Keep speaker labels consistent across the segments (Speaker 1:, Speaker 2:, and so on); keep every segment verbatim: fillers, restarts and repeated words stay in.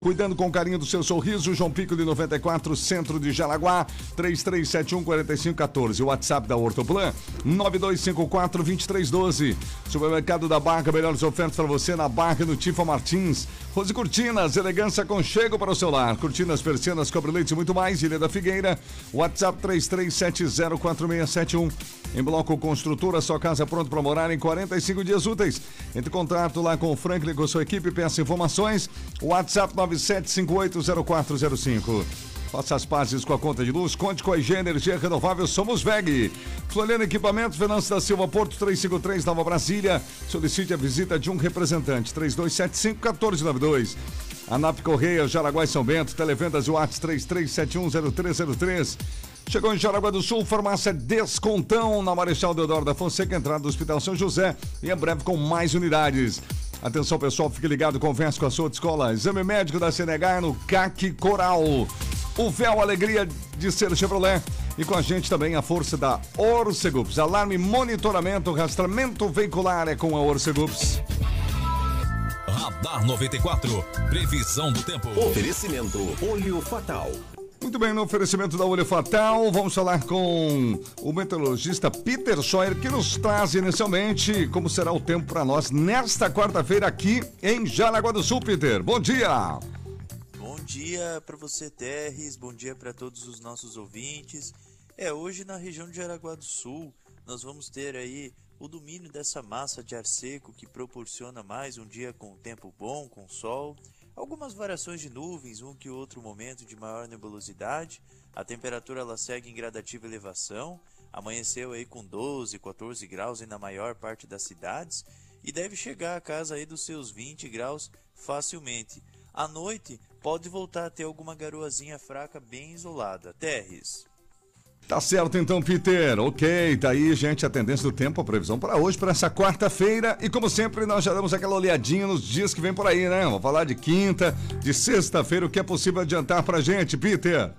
Speaker 1: Cuidando com carinho do seu sorriso, João Pico de noventa e quatro, centro de Jaraguá, três três sete um, quatro cinco um quatro. O WhatsApp da Ortoplan, nove dois cinco quatro, dois três um dois. Supermercado da Barca, melhores ofertas para você na Barca, no Tifa Martins. Rose Cortinas, elegância com chego para o seu lar. Cortinas, persianas, cobre-leite e muito mais. Ilha da Figueira, WhatsApp três três sete zero quatro seis sete um. Em Bloco Construtora, sua casa pronta para morar em quarenta e cinco dias úteis. Entre em contato lá com o Franklin, com sua equipe, peça informações. WhatsApp nove sete cinco oito zero quatro zero cinco. Faça as pazes com a conta de luz, conte com a I G Energia Renovável, somos V E G. Floriano Equipamentos, Venâncio da Silva, Porto trezentos e cinquenta e três, Nova Brasília. Solicite a visita de um representante, três dois sete cinco, um quatro nove dois. ANAP Correia, Jaraguá e São Bento, televendas e WhatsApp três três sete um zero três zero três. Chegou em Jaraguá do Sul, farmácia Descontão, na Marechal Deodoro da Fonseca, entrada do Hospital São José, e em breve com mais unidades. Atenção pessoal, fique ligado, converse com a sua escola. Exame médico da C N H no C A C Coral. O véu, alegria de ser Chevrolet. E com a gente também a força da Orcegups. Alarme, monitoramento, rastreamento veicular é com a Orcegups.
Speaker 2: Radar noventa e quatro, previsão do tempo.
Speaker 3: Oferecimento Olho Fatal.
Speaker 1: Muito bem, no oferecimento da Olho Fatal, vamos falar com o meteorologista Peter Scheuer, que nos traz inicialmente como será o tempo para nós nesta quarta-feira aqui em Jaraguá do Sul. Peter, bom dia!
Speaker 4: Bom dia para você, Terres, bom dia para todos os nossos ouvintes. É, hoje na região de Jaraguá do Sul, nós vamos ter aí o domínio dessa massa de ar seco que proporciona mais um dia com tempo bom, com sol. Algumas variações de nuvens, um que outro momento de maior nebulosidade. A temperatura ela segue em gradativa elevação. Amanheceu aí com doze, quatorze graus aí na maior parte das cidades e deve chegar a casa aí dos seus vinte graus facilmente. À noite pode voltar a ter alguma garoazinha fraca bem isolada. Terres.
Speaker 1: Tá certo então, Peter. Ok, tá aí, gente, a tendência do tempo, a previsão para hoje, para essa quarta-feira. E como sempre, nós já damos aquela olhadinha nos dias que vem por aí, né? Vamos falar de quinta, de sexta-feira, o que é possível adiantar pra gente, Peter?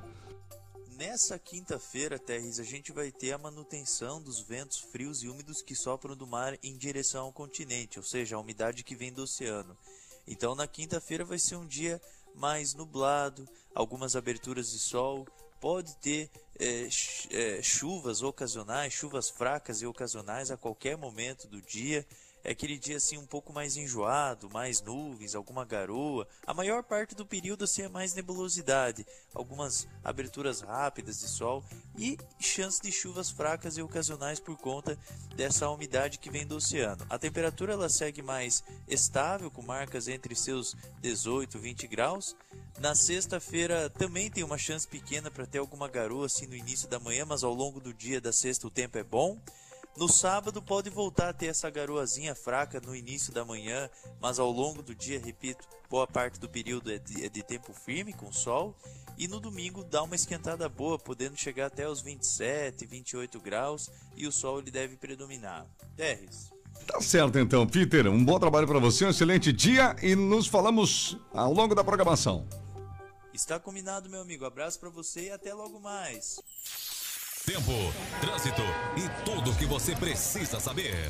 Speaker 4: Nessa quinta-feira, Terres, a gente vai ter a manutenção dos ventos frios e úmidos que sopram do mar em direção ao continente, ou seja, a umidade que vem do oceano. Então, na quinta-feira vai ser um dia mais nublado, algumas aberturas de sol. Pode ter é, é, chuvas ocasionais, chuvas fracas e ocasionais a qualquer momento do dia. É aquele dia assim um pouco mais enjoado, mais nuvens, alguma garoa. A maior parte do período assim é mais nebulosidade, algumas aberturas rápidas de sol e chance de chuvas fracas e ocasionais por conta dessa umidade que vem do oceano. A temperatura ela segue mais estável, com marcas entre seus dezoito e vinte graus. Na sexta-feira também tem uma chance pequena para ter alguma garoa assim no início da manhã, mas ao longo do dia da sexta o tempo é bom. No sábado pode voltar a ter essa garoazinha fraca no início da manhã, mas ao longo do dia, repito, boa parte do período é de, é de tempo firme, com sol. E no domingo dá uma esquentada boa, podendo chegar até os vinte e sete, vinte e oito graus, e o sol ele deve predominar. Terres.
Speaker 1: Tá certo então, Peter. Um bom trabalho para você, um excelente dia e nos falamos ao longo da programação.
Speaker 4: Está combinado, meu amigo. Abraço para você e até logo mais.
Speaker 2: Tempo, trânsito e tudo o que você precisa saber.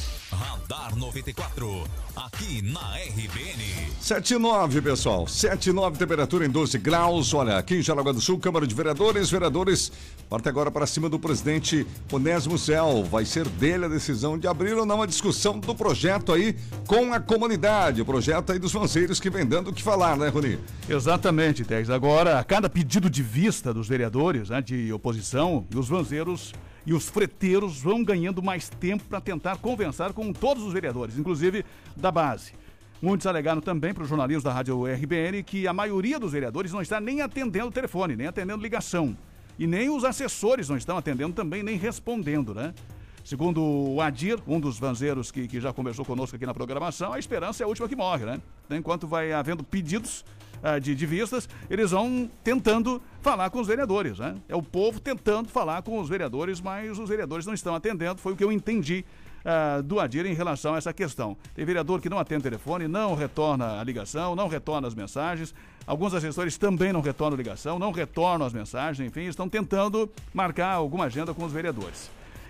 Speaker 2: Radar noventa e quatro, aqui na R B N.
Speaker 1: sete e nove, pessoal. sete e nove, temperatura em doze graus. Olha, aqui em Jaraguá do Sul, Câmara de Vereadores. Vereadores, parte agora para cima do presidente Onésimo Cel. Vai ser dele a decisão de abrir ou não a discussão do projeto aí com a comunidade. O projeto aí dos vanzeiros que vem dando o que falar, né, Rony?
Speaker 5: Exatamente, Tex. Agora, a cada pedido de vista dos vereadores, né, de oposição, os vanzeiros e os freteiros vão ganhando mais tempo para tentar conversar com todos os vereadores, inclusive da base. Muitos alegaram também para os jornalistas da Rádio R B N que a maioria dos vereadores não está nem atendendo o telefone, nem atendendo ligação. E nem os assessores não estão atendendo também, nem respondendo, né? Segundo o Adir, um dos vanzeiros que, que já conversou conosco aqui na programação, a esperança é a última que morre, né? Enquanto vai havendo pedidos uh, de, de vistas, eles vão tentando falar com os vereadores, né? É o povo tentando falar com os vereadores, mas os vereadores não estão atendendo, foi o que eu entendi uh, do Adir em relação a essa questão. Tem vereador que não atende o telefone, não retorna a ligação, não retorna as mensagens, alguns assessores também não retornam a ligação, não retornam as mensagens, enfim, estão tentando marcar alguma agenda com os vereadores.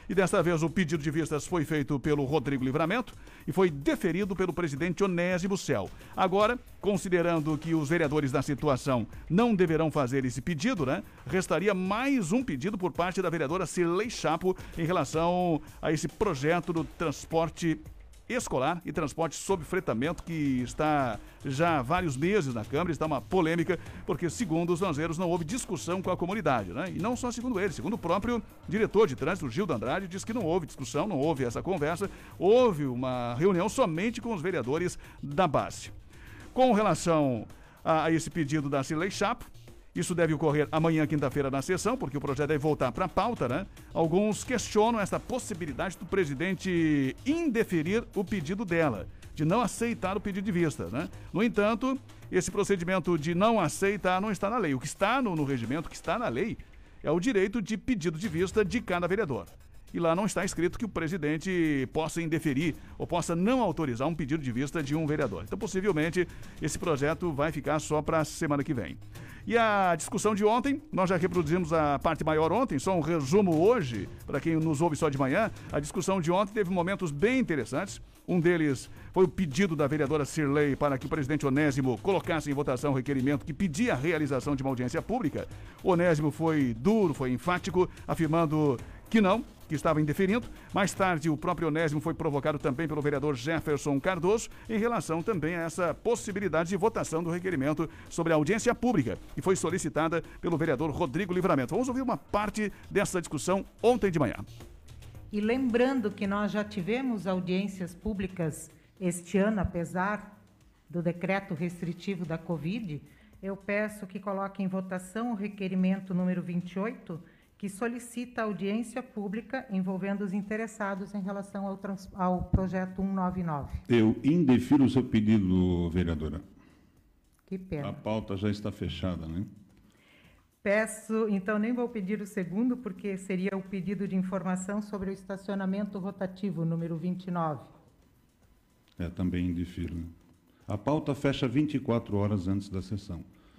Speaker 5: E desta vez o pedido de vistas foi feito pelo Rodrigo Livramento e foi deferido pelo presidente Onésimo Céu. Agora, considerando que os vereadores da situação não deverão fazer esse pedido, né? Restaria mais um pedido por parte da vereadora Cirlei Chapo em relação a esse projeto do transporte escolar e transporte sob fretamento que está já há vários meses na Câmara, está uma polêmica, porque segundo os vanzeiros não houve discussão com a comunidade, né? E não só segundo ele, segundo o próprio diretor de trânsito, Gildo Andrade, diz que não houve discussão, não houve essa conversa, houve uma reunião somente com os vereadores da base. Com relação a, a esse pedido da Cirlei Chapo, isso deve ocorrer amanhã, quinta-feira, na sessão, porque o projeto deve voltar para a pauta, né? Alguns questionam essa possibilidade do presidente indeferir o pedido dela, de não aceitar o pedido de vista, né? No entanto, esse procedimento de não aceitar não está na lei. O que está no, no regimento, o que está na lei, é o direito de pedido de vista de cada vereador. E lá não está escrito que o presidente possa indeferir ou possa não autorizar um pedido de vista de um vereador. Então, possivelmente, esse projeto vai ficar só para a semana que vem. E a discussão de ontem, nós já reproduzimos a parte maior ontem, só um resumo hoje, para quem nos ouve só de manhã. A discussão de ontem teve momentos bem interessantes. Um deles foi o pedido da vereadora Cirlei para que o presidente Onésimo colocasse em votação o requerimento que pedia a realização de uma audiência pública. O Onésimo foi duro, foi enfático, afirmando que não, que estava indeferindo. Mais tarde, o próprio Onésimo foi provocado também pelo vereador Jefferson Cardoso em relação também a essa possibilidade de votação do requerimento sobre a audiência pública, que foi solicitada pelo vereador Rodrigo Livramento. Vamos ouvir uma parte dessa discussão ontem de manhã.
Speaker 6: E lembrando que nós já tivemos audiências públicas este ano, apesar do decreto restritivo da Covid, eu peço que coloque em votação o requerimento número vinte e oito, que solicita audiência pública envolvendo os interessados em relação ao, trans, ao projeto cento e noventa e nove.
Speaker 7: Eu indefiro o seu pedido, vereadora.
Speaker 6: Que pena.
Speaker 7: A pauta já está fechada, né?
Speaker 6: Peço, então nem vou pedir o segundo, porque seria o pedido de informação sobre o estacionamento rotativo, número vinte e nove.
Speaker 7: É, também indefiro. Né? A pauta fecha vinte e quatro horas antes da sessão.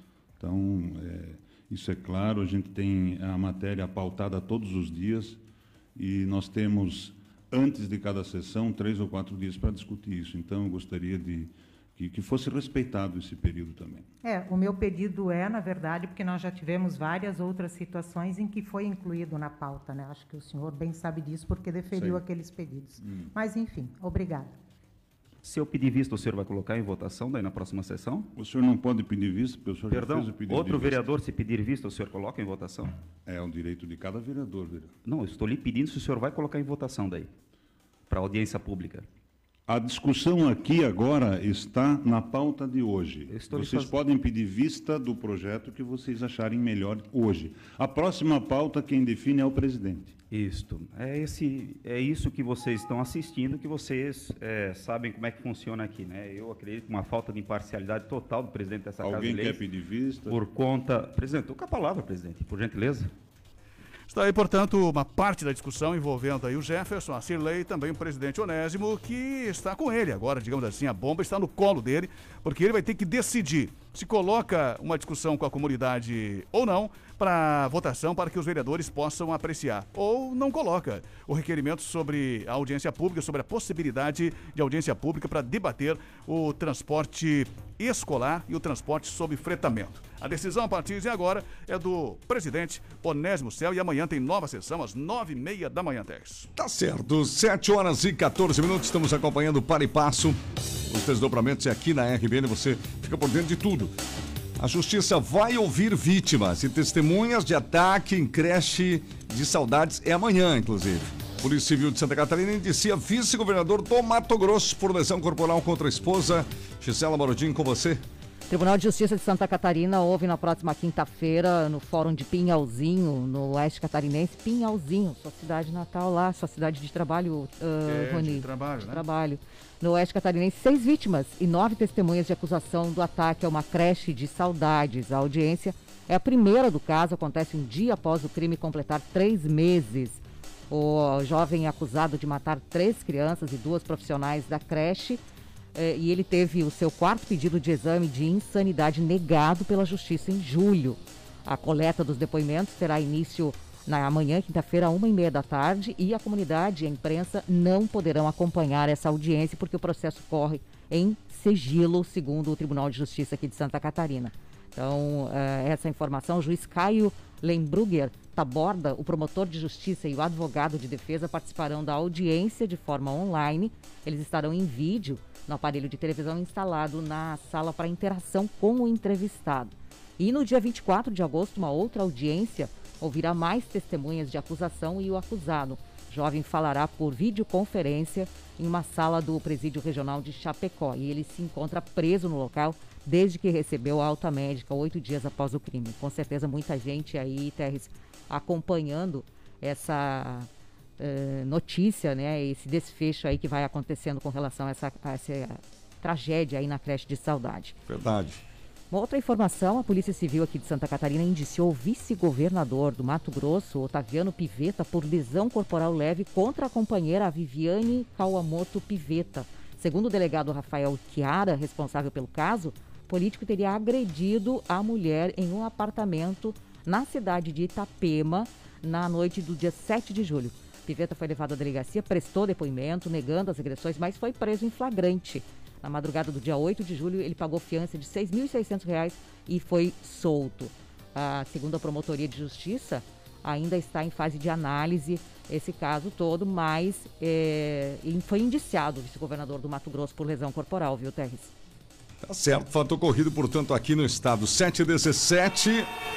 Speaker 7: Então, é, isso é claro, a gente tem a matéria pautada todos os dias e nós temos, antes de cada sessão, três ou quatro dias para discutir isso. Então, eu gostaria de que, que fosse respeitado esse período também. É,
Speaker 6: o meu pedido é, na verdade, porque nós já tivemos várias outras situações em que foi incluído na pauta, né? Acho que o senhor bem sabe disso, porque deferiu Sim. aqueles pedidos. Hum. Mas, enfim, obrigada.
Speaker 8: Se eu pedir vista, o senhor vai colocar em votação daí na próxima sessão?
Speaker 7: O senhor não pode pedir vista, porque o senhor
Speaker 8: Perdão,
Speaker 7: já fez o pedido
Speaker 8: outro
Speaker 7: de vista.
Speaker 8: vereador, se pedir vista, o senhor coloca em votação?
Speaker 7: É o direito de cada vereador, vereador.
Speaker 8: Não, eu estou lhe pedindo se o senhor vai colocar em votação daí, para audiência pública.
Speaker 7: A discussão aqui agora está na pauta de hoje. Vocês faz... podem pedir vista do projeto que vocês acharem melhor hoje. A próxima pauta, quem define é o presidente.
Speaker 8: Isto. É, esse, é isso que vocês estão assistindo, que vocês é, sabem como é que funciona aqui, né? Eu acredito que uma falta de imparcialidade total do presidente dessa Casa de Leis.
Speaker 7: Alguém quer pedir vista?
Speaker 8: Por conta... Presidente, estou com a palavra, presidente, por gentileza.
Speaker 5: Está aí, portanto, uma parte da discussão envolvendo aí o Jefferson, a Cirlei e também o presidente Onésimo, que está com ele agora, digamos assim, a bomba está no colo dele, porque ele vai ter que decidir se coloca uma discussão com a comunidade ou não para votação, para que os vereadores possam apreciar, ou não coloca o requerimento sobre a audiência pública, sobre a possibilidade de audiência pública para debater o transporte escolar e o transporte sob fretamento. A decisão a partir de agora é do presidente Onésimo Céu e amanhã tem nova sessão às nove e meia da manhã, Tex.
Speaker 1: Tá certo, sete horas e quatorze minutos, estamos acompanhando para e passo os desdobramentos e aqui na R B N você fica por dentro de tudo. A Justiça vai ouvir vítimas e testemunhas de ataque em creche de Saudades. É amanhã, inclusive. Polícia Civil de Santa Catarina indicia vice-governador do Mato Grosso por lesão corporal contra a esposa. Gisela Morodinho, com você.
Speaker 9: Tribunal de Justiça de Santa Catarina ouve na próxima quinta-feira no Fórum de Pinhalzinho, no Oeste Catarinense. Pinhalzinho, sua cidade natal lá, sua cidade de trabalho, uh,
Speaker 5: é,
Speaker 9: Rony.
Speaker 5: De trabalho,
Speaker 9: de
Speaker 5: né?
Speaker 9: trabalho. No Oeste Catarinense, seis vítimas e nove testemunhas de acusação do ataque a uma creche de Saudades. A audiência é a primeira do caso, acontece um dia após o crime completar três meses. O jovem é acusado de matar três crianças e duas profissionais da creche. E ele teve o seu quarto pedido de exame de insanidade negado pela Justiça em julho. A coleta dos depoimentos terá início na manhã, quinta-feira, uma e meia da tarde, e a comunidade e a imprensa não poderão acompanhar essa audiência porque o processo corre em sigilo, segundo o Tribunal de Justiça aqui de Santa Catarina. Então, uh, essa informação, o juiz Caio Lembrugger Taborda, o promotor de justiça e o advogado de defesa participarão da audiência de forma online. Eles estarão em vídeo no aparelho de televisão instalado na sala para interação com o entrevistado. E no dia vinte e quatro de agosto, uma outra audiência ouvirá mais testemunhas de acusação e o acusado. O jovem falará por videoconferência em uma sala do Presídio Regional de Chapecó e ele se encontra preso no local desde que recebeu a alta médica, oito dias após o crime. Com certeza muita gente aí, Terres, acompanhando essa uh, notícia, né, esse desfecho aí que vai acontecendo com relação a essa, a essa tragédia aí na creche de Saudade.
Speaker 1: Verdade.
Speaker 9: Uma outra informação, a Polícia Civil aqui de Santa Catarina indiciou o vice-governador do Mato Grosso, Otaviano Pivetta, por lesão corporal leve contra a companheira a Viviane Kawamoto Pivetta. Segundo o delegado Rafael Chiara, responsável pelo caso, o político teria agredido a mulher em um apartamento na cidade de Itapema, na noite do dia sete de julho. Pivetta foi levado à delegacia, prestou depoimento, negando as agressões, mas foi preso em flagrante. Na madrugada do dia oito de julho, ele pagou fiança de seis mil e seiscentos reais e foi solto. Ah, segundo a Promotoria de Justiça, ainda está em fase de análise esse caso todo, mas é, foi indiciado o vice-governador do Mato Grosso por lesão corporal, viu, Terres?
Speaker 1: Tá certo, fato ocorrido, portanto, aqui no estado. sete e dezessete.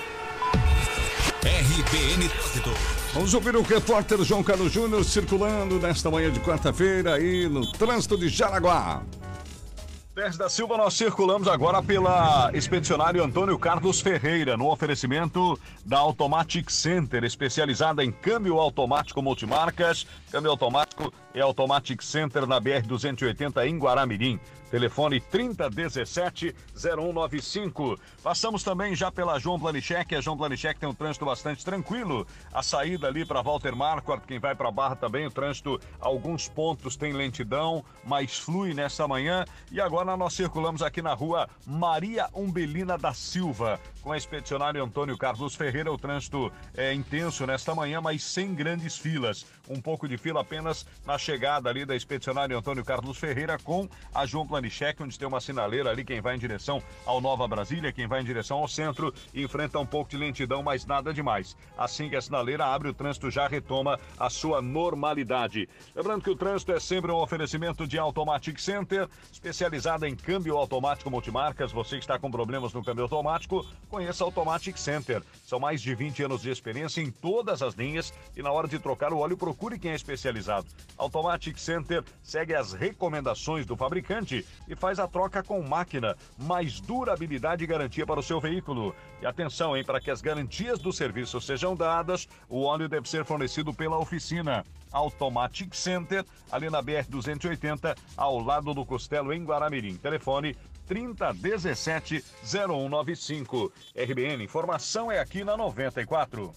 Speaker 2: R B N Trânsito.
Speaker 1: Vamos ouvir o repórter João Carlos Júnior circulando nesta manhã de quarta-feira aí no trânsito de Jaraguá.
Speaker 10: Terres da Silva, nós circulamos agora pela expedicionário Antônio Carlos Ferreira, no oferecimento da Automatic Center, especializada em câmbio automático multimarcas. Câmbio automático é Automatic Center na B R duzentos e oitenta em Guaramirim. Telefone trinta dezessete zero um nove cinco. Passamos também já pela João Planichek. A João Planichek tem um trânsito bastante tranquilo. A saída ali para Walter Marquardt, quem vai para Barra também, o trânsito, alguns pontos tem lentidão, mas flui nessa manhã. E agora nós circulamos aqui na rua Maria Umbelina da Silva, com a expedicionário Antônio Carlos Ferreira. O trânsito é intenso nesta manhã, mas sem grandes filas. Um pouco de fila apenas na chegada ali da expedicionário Antônio Carlos Ferreira com a João Planichek, onde tem uma sinaleira ali, quem vai em direção ao Nova Brasília, quem vai em direção ao centro, enfrenta um pouco de lentidão, mas nada demais. Assim que a sinaleira abre, o trânsito já retoma a sua normalidade. Lembrando que o trânsito é sempre um oferecimento de Automatic Center, especializada em câmbio automático multimarcas. Você que está com problemas no câmbio automático, conheça a Automatic Center. São mais de vinte anos de experiência em todas as linhas e na hora de trocar o óleo, procure quem é especializado. Automatic Center segue as recomendações do fabricante e faz a troca com máquina, mais durabilidade e garantia para o seu veículo. E atenção, hein, para que as garantias do serviço sejam dadas, o óleo deve ser fornecido pela oficina Automatic Center, ali na B R duzentos e oitenta, ao lado do Costelo, em Guaramirim. Telefone trinta dezessete zero um nove cinco. R B N, informação é aqui na noventa e quatro.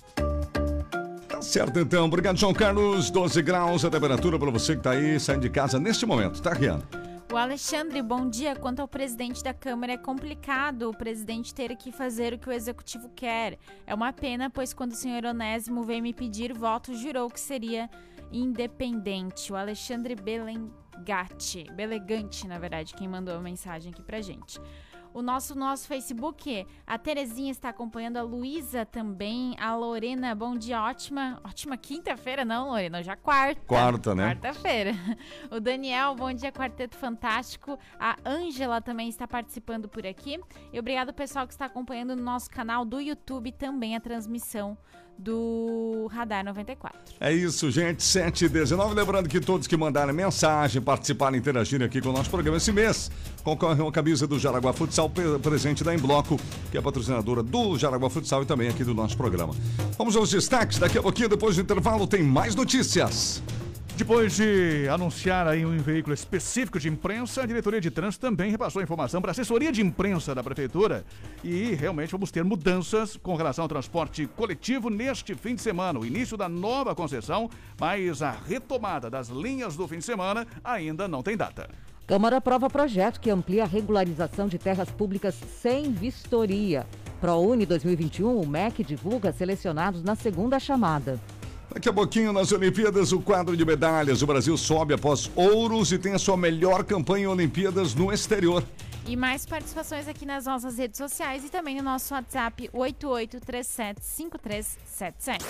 Speaker 1: Tá certo, então. Obrigado, João Carlos. doze graus a temperatura para você que está aí saindo de casa neste momento, tá, Riana?
Speaker 11: O Alexandre, bom dia. Quanto ao presidente da Câmara, é complicado o presidente ter que fazer o que o executivo quer. É uma pena, pois quando o senhor Onésimo veio me pedir voto, jurou que seria independente. O Alexandre Belengatti, Belegante, na verdade, quem mandou a mensagem aqui pra gente. O nosso, nosso Facebook, a Terezinha está acompanhando, a Luísa também, a Lorena, bom dia, ótima, ótima quinta-feira, não, Lorena, já quarta.
Speaker 1: Quarta, né?
Speaker 11: Quarta-feira. O Daniel, bom dia, Quarteto Fantástico. A Ângela também está participando por aqui. E obrigado, pessoal, que está acompanhando no nosso canal do YouTube também a transmissão do Radar noventa e quatro.
Speaker 1: É isso, gente, sete e dezenove. Lembrando que todos que mandarem mensagem, participarem, interagirem aqui com o nosso programa esse mês, concorrem uma camisa do Jaraguá Futsal, presente da Embloco, que é patrocinadora do Jaraguá Futsal e também aqui do nosso programa. Vamos aos destaques. Daqui a pouquinho, depois do intervalo, tem mais notícias.
Speaker 5: Depois de anunciar aí um veículo específico de imprensa, a diretoria de trânsito também repassou a informação para a assessoria de imprensa da prefeitura e realmente vamos ter mudanças com relação ao transporte coletivo neste fim de semana. O início da nova concessão, mas a retomada das linhas do fim de semana ainda não tem data.
Speaker 9: Câmara aprova projeto que amplia a regularização de terras públicas sem vistoria. ProUni dois mil e vinte e um, o M E C divulga selecionados na segunda chamada.
Speaker 1: Daqui a pouquinho, nas Olimpíadas, o quadro de medalhas. O Brasil sobe após ouros e tem a sua melhor campanha em Olimpíadas no exterior.
Speaker 11: E mais participações aqui nas nossas redes sociais e também no nosso WhatsApp oito oito três sete cinco três sete sete.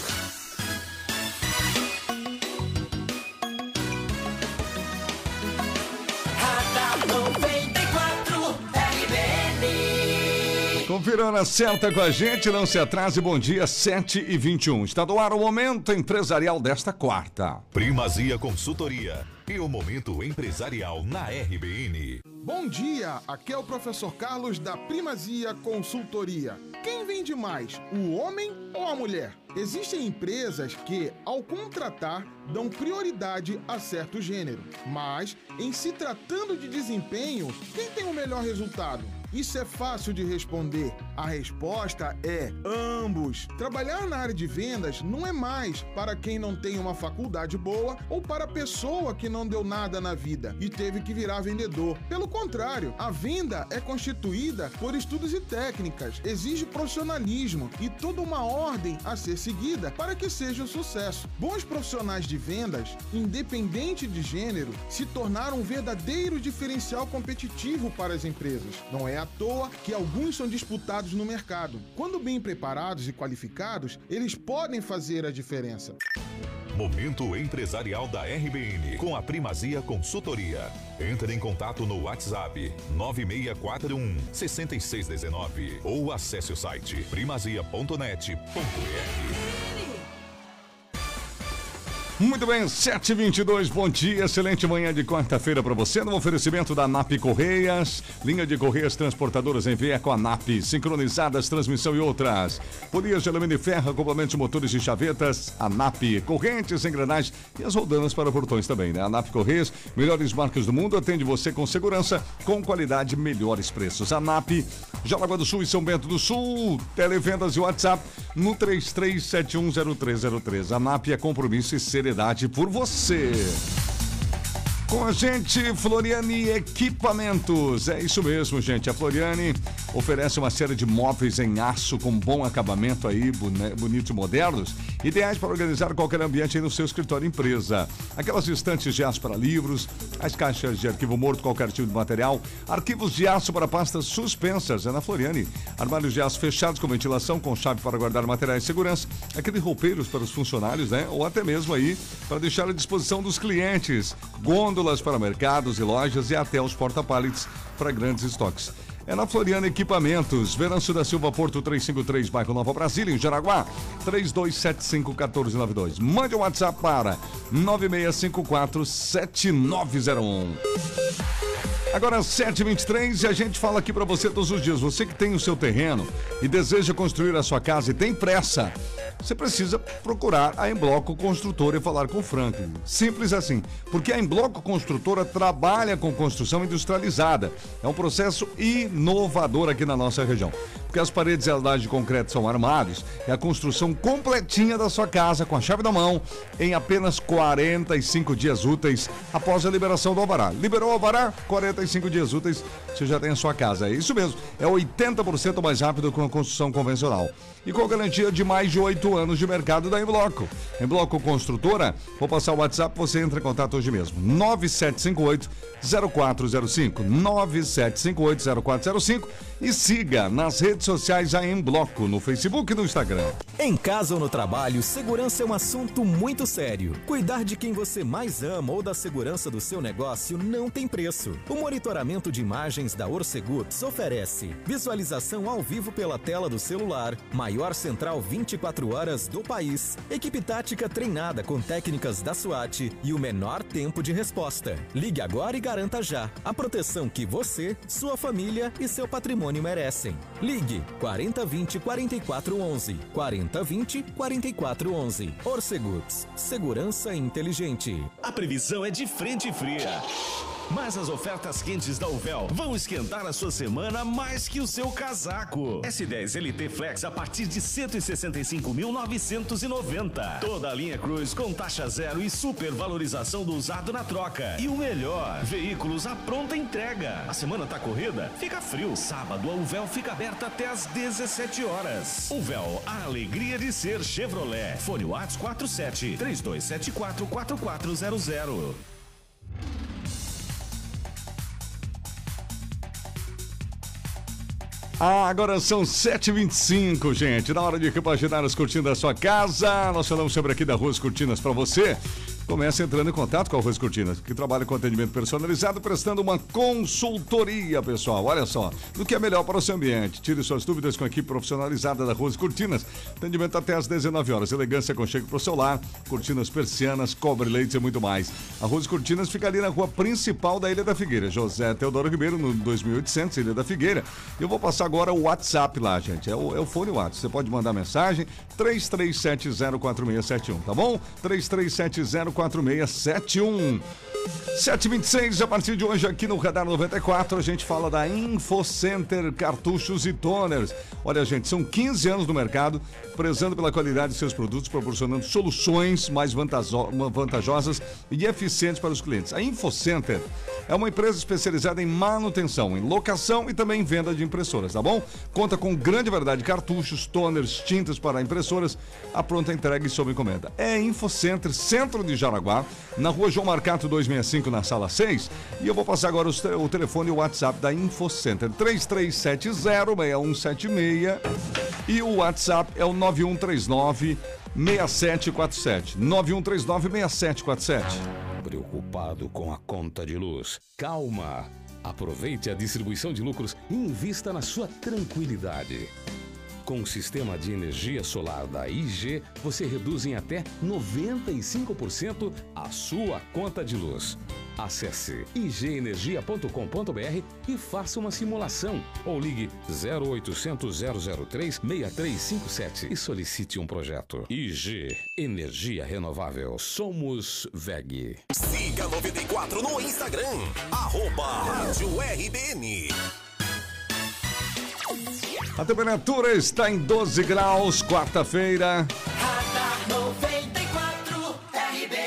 Speaker 1: Confira a hora certa com a gente, não se atrase, bom dia, sete e vinte e um. Está no ar o Momento Empresarial desta quarta.
Speaker 2: Primazia Consultoria e o Momento Empresarial na R B N.
Speaker 12: Bom dia, aqui é o professor Carlos da Primazia Consultoria. Quem vende mais, o homem ou a mulher? Existem empresas que, ao contratar, dão prioridade a certo gênero. Mas, em se tratando de desempenho, quem tem o melhor resultado? Isso é fácil de responder. A resposta é ambos. Trabalhar na área de vendas não é mais para quem não tem uma faculdade boa ou para a pessoa que não deu nada na vida e teve que virar vendedor. Pelo contrário, a venda é constituída por estudos e técnicas, exige profissionalismo e toda uma ordem a ser seguida para que seja um sucesso. Bons profissionais de vendas, independente de gênero, se tornaram um verdadeiro diferencial competitivo para as empresas. Não é à toa que alguns são disputados no mercado. Quando bem preparados e qualificados, eles podem fazer a diferença.
Speaker 2: Momento Empresarial da R B N com a Primazia Consultoria. Entre em contato no WhatsApp nove seis quatro um, seis seis um nove ou acesse o site primazia ponto net ponto r.
Speaker 1: Muito bem, sete e vinte e dois, bom dia, excelente manhã de quarta-feira para você, no oferecimento da ANAP Correias, linha de correias transportadoras em via com a ANAP, sincronizadas, transmissão e outras. Polias de alumínio e ferro, acoplamento de motores e chavetas, ANAP, correntes, engrenagens e as roldanas para portões também, né? ANAP Correias, melhores marcas do mundo, atende você com segurança, com qualidade, melhores preços. ANAP, Jaraguá do Sul e São Bento do Sul, televendas e WhatsApp no três três sete um zero três zero três. ANAP é compromisso e seriedade por você. Com a gente, Floriani Equipamentos. É isso mesmo, gente. A Floriani oferece uma série de móveis em aço com bom acabamento aí, bonitos e modernos, ideais para organizar qualquer ambiente aí no seu escritório empresa. Aquelas estantes de aço para livros, as caixas de arquivo morto, qualquer tipo de material, arquivos de aço para pastas suspensas, é na Floriani. Armários de aço fechados com ventilação, com chave para guardar materiais de segurança, aqueles roupeiros para os funcionários, né? Ou até mesmo aí para deixar à disposição dos clientes. Gôndolas para mercados e lojas e até os porta-pallets para grandes estoques. É na Floriana Equipamentos, Venâncio da Silva, Porto trezentos e cinquenta e três, bairro Nova Brasília, em Jaraguá, três dois sete cinco um quatro nove dois. Mande um WhatsApp para nove seis cinco quatro sete nove zero um. Agora sete e vinte e três e a gente fala aqui para você todos os dias. Você que tem o seu terreno e deseja construir a sua casa e tem pressa, você precisa procurar a Embloco Construtora e falar com o Franklin. Simples assim, porque a Embloco Construtora trabalha com construção industrializada. É um processo inovador aqui na nossa região. Porque as paredes e a laje de concreto são armados, é a construção completinha da sua casa com a chave na mão em apenas quarenta e cinco dias úteis após a liberação do alvará. Liberou o alvará, quarenta e cinco dias úteis, você já tem a sua casa. É isso mesmo, é oitenta por cento mais rápido que a construção convencional. E com garantia de mais de oito anos de mercado da Embloco. Embloco Construtora, vou passar o WhatsApp, você entra em contato hoje mesmo. nove sete cinco oito zero quatro zero cinco, nove sete cinco oito zero quatro zero cinco e siga nas redes sociais a Embloco, no Facebook e no Instagram.
Speaker 3: Em casa ou no trabalho, segurança é um assunto muito sério. Cuidar de quem você mais ama ou da segurança do seu negócio não tem preço. O monitoramento de imagens da Orcegups oferece visualização ao vivo pela tela do celular, maior central vinte e quatro horas do país, equipe tática treinada com técnicas da SWAT e o menor tempo de resposta. Ligue agora e garanta já a proteção que você, sua família e seu patrimônio merecem. Ligue quarenta vinte, quarenta e quatro onze, quarenta vinte, quarenta e quatro onze. Orcegups, segurança inteligente.
Speaker 13: A previsão é de frente fria. Mas as ofertas quentes da Uvel vão esquentar a sua semana mais que o seu casaco. S dez L T Flex a partir de cento e sessenta e cinco mil novecentos e noventa. Toda a linha Cruz com taxa zero e supervalorização do usado na troca. E o melhor, veículos à pronta entrega. A semana tá corrida? Fica frio. Sábado a Uvel fica aberta até às dezessete horas. Uvel, a alegria de ser Chevrolet. Fone WhatsApp quatro sete três dois sete quatro quatro quatro zero zero.
Speaker 1: Ah, agora são sete e vinte e cinco, gente. Na hora de repaginar as cortinas da sua casa, nós falamos sempre aqui da Arroz Cortinas para você. Comece entrando em contato com a Arroz Cortinas, que trabalha com atendimento personalizado, prestando uma consultoria, pessoal. Olha só, do que é melhor para o seu ambiente. Tire suas dúvidas com a equipe profissionalizada da Arroz Cortinas. Atendimento até às dezenove horas. Elegância, aconchego para o seu lar, cortinas persianas, cobre leite e muito mais. Arroz Cortinas fica ali na rua principal da Ilha da Figueira. José Teodoro Ribeiro, no dois mil e oitocentos, Ilha da Figueira. Eu vou passar agora o WhatsApp lá, gente. É o, é o fone WhatsApp. Você pode mandar mensagem, três três sete zero quatro seis sete um, tá bom? três três sete zero quatro seis sete um. sete e vinte e seis, a partir de hoje aqui no Radar noventa e quatro, a gente fala da InfoCenter Cartuchos e Toners. Olha, gente, são quinze anos no mercado, prezando pela qualidade de seus produtos, proporcionando soluções mais vantajo- vantajosas e eficientes para os clientes. A InfoCenter é uma empresa especializada em manutenção, em locação e também em venda de impressoras, tá bom? Conta com grande variedade de cartuchos, toners, tintas para impressoras, a pronta entrega e sob encomenda. É InfoCenter, centro de Jaraguá, na rua João Marcato duzentos e sessenta e cinco, na sala seis. E eu vou passar agora os te- o telefone e o WhatsApp da InfoCenter, três três sete zero seis um sete seis. E o WhatsApp é o nove um três nove seis sete quatro sete. nove um três nove seis sete quatro sete.
Speaker 14: Preocupado com a conta de luz? Calma! Aproveite a distribuição de lucros e invista na sua tranquilidade. Com o sistema de energia solar da I G, você reduz em até noventa e cinco por cento a sua conta de luz. Acesse i g energia ponto com ponto b r e faça uma simulação ou ligue zero oitocentos, zero zero três, seis três cinco sete e solicite um projeto. I G, energia renovável. Somos V E G.
Speaker 15: Siga noventa e quatro no Instagram, arroba Rádio R B N.
Speaker 1: A temperatura está em doze graus, quarta-feira.
Speaker 16: Radar noventa e quatro R B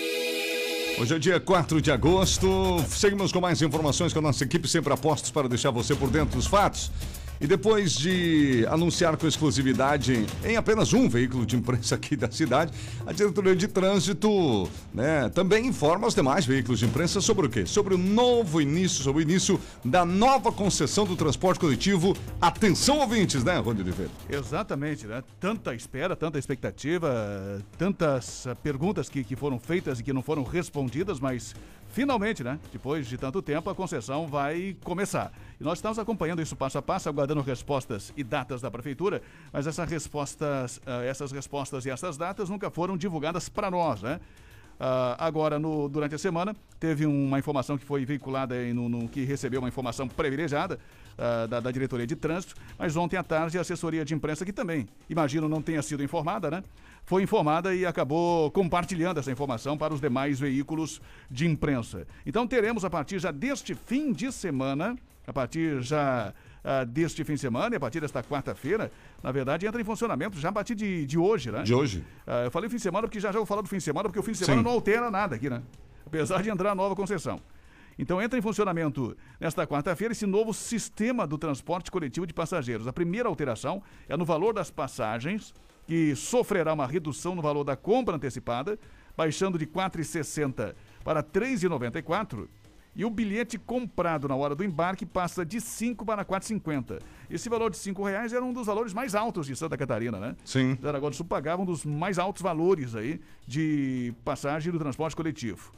Speaker 16: N.
Speaker 1: Hoje é dia quatro de agosto. Seguimos com mais informações com a nossa equipe, sempre a postos para deixar você por dentro dos fatos. E depois de anunciar com exclusividade em apenas um veículo de imprensa aqui da cidade, a diretoria de trânsito, né, também informa os demais veículos de imprensa sobre o quê? Sobre o novo início, sobre o início da nova concessão do transporte coletivo. Atenção, ouvintes, né, Rony Oliveira?
Speaker 5: Exatamente, né? Tanta espera, tanta expectativa, tantas uh, perguntas que, que foram feitas e que não foram respondidas, mas finalmente, né? Depois de tanto tempo, a concessão vai começar. E nós estamos acompanhando isso passo a passo, aguardando respostas e datas da prefeitura, mas essas respostas, uh, essas respostas e essas datas nunca foram divulgadas para nós, né? Uh, agora, no, durante a semana, teve uma informação que foi veiculada aí no, no que recebeu uma informação privilegiada uh, da, da diretoria de trânsito, mas ontem à tarde a assessoria de imprensa, que também, imagino, não tenha sido informada, né? Foi informada e acabou compartilhando essa informação para os demais veículos de imprensa. Então teremos a partir já deste fim de semana, a partir já uh, deste fim de semana e a partir desta quarta-feira, na verdade entra em funcionamento já a partir de, de hoje, né?
Speaker 1: De hoje.
Speaker 5: Uh, eu falei fim de semana porque já já vou falar do fim de semana, porque o fim de semana Sim. não altera nada aqui, né? Apesar de entrar a nova concessão. Então entra em funcionamento nesta quarta-feira esse novo sistema do transporte coletivo de passageiros. A primeira alteração é no valor das passagens, que sofrerá uma redução no valor da compra antecipada, baixando de quatro reais e sessenta centavos para três reais e noventa e quatro centavos, e o bilhete comprado na hora do embarque passa de cinco para quatro reais e cinquenta centavos. Esse valor de cinco reais era um dos valores mais altos de Santa Catarina, né?
Speaker 1: Sim.
Speaker 5: Jaraguá do Sul pagava um dos mais altos valores aí de passagem do transporte coletivo.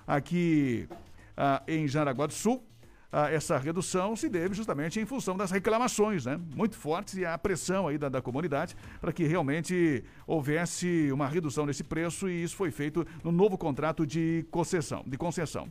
Speaker 5: Aqui ah, em Jaraguá do Sul, Ah, essa redução se deve justamente em função das reclamações, né, muito fortes, e a pressão aí da, da comunidade para que realmente houvesse uma redução nesse preço, e isso foi feito no novo contrato de concessão. De concessão.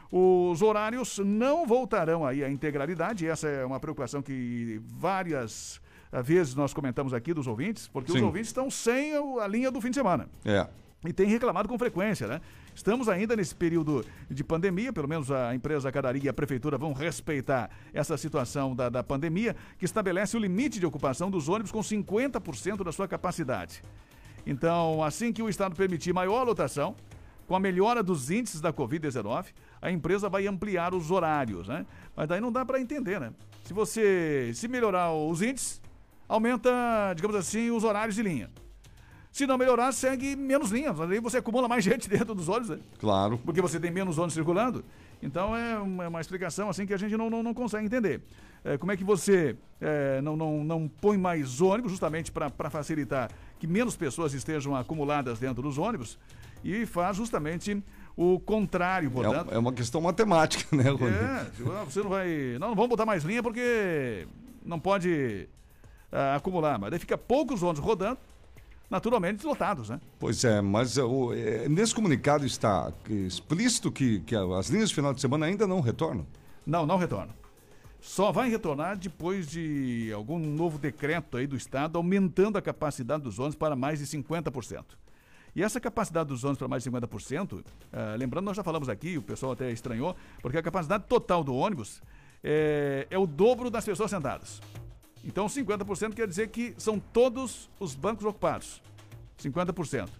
Speaker 5: Os horários não voltarão aí à integralidade, essa é uma preocupação que várias vezes nós comentamos aqui dos ouvintes, porque Sim. os ouvintes estão sem a linha do fim de semana.
Speaker 1: É.
Speaker 5: e tem reclamado com frequência, né? Estamos ainda nesse período de pandemia, pelo menos a empresa Cadaria e a prefeitura vão respeitar essa situação da, da pandemia, que estabelece o limite de ocupação dos ônibus com cinquenta por cento da sua capacidade. Então, assim que o Estado permitir maior lotação, com a melhora dos índices da covid dezenove, a empresa vai ampliar os horários, né? Mas daí não dá para entender, né? Se você, se melhorar os índices, aumenta, digamos assim, os horários de linha. Se não melhorar, segue menos linhas. Aí você acumula mais gente dentro dos ônibus, né?
Speaker 1: Claro.
Speaker 5: Porque você tem menos ônibus circulando. Então é uma, uma explicação assim que a gente não, não, não consegue entender. É, como é que você é, não, não, não põe mais ônibus justamente para facilitar que menos pessoas estejam acumuladas dentro dos ônibus e faz justamente o contrário, portanto.
Speaker 1: É, é uma questão matemática, né, Rony?
Speaker 5: É, você não vai... Não, não vamos botar mais linha porque não pode uh, acumular. Mas daí fica poucos ônibus rodando, naturalmente lotados, né?
Speaker 1: Pois é, mas uh, é, nesse comunicado está explícito que, que as linhas de final de semana ainda não retornam?
Speaker 5: Não, não retornam. Só vai retornar depois de algum novo decreto aí do Estado aumentando a capacidade dos ônibus para mais de cinquenta por cento. E essa capacidade dos ônibus para mais de cinquenta por cento, uh, lembrando, nós já falamos aqui, o pessoal até estranhou, porque a capacidade total do ônibus é, é o dobro das pessoas sentadas. Então, cinquenta por cento quer dizer que são todos os bancos ocupados. cinquenta por cento.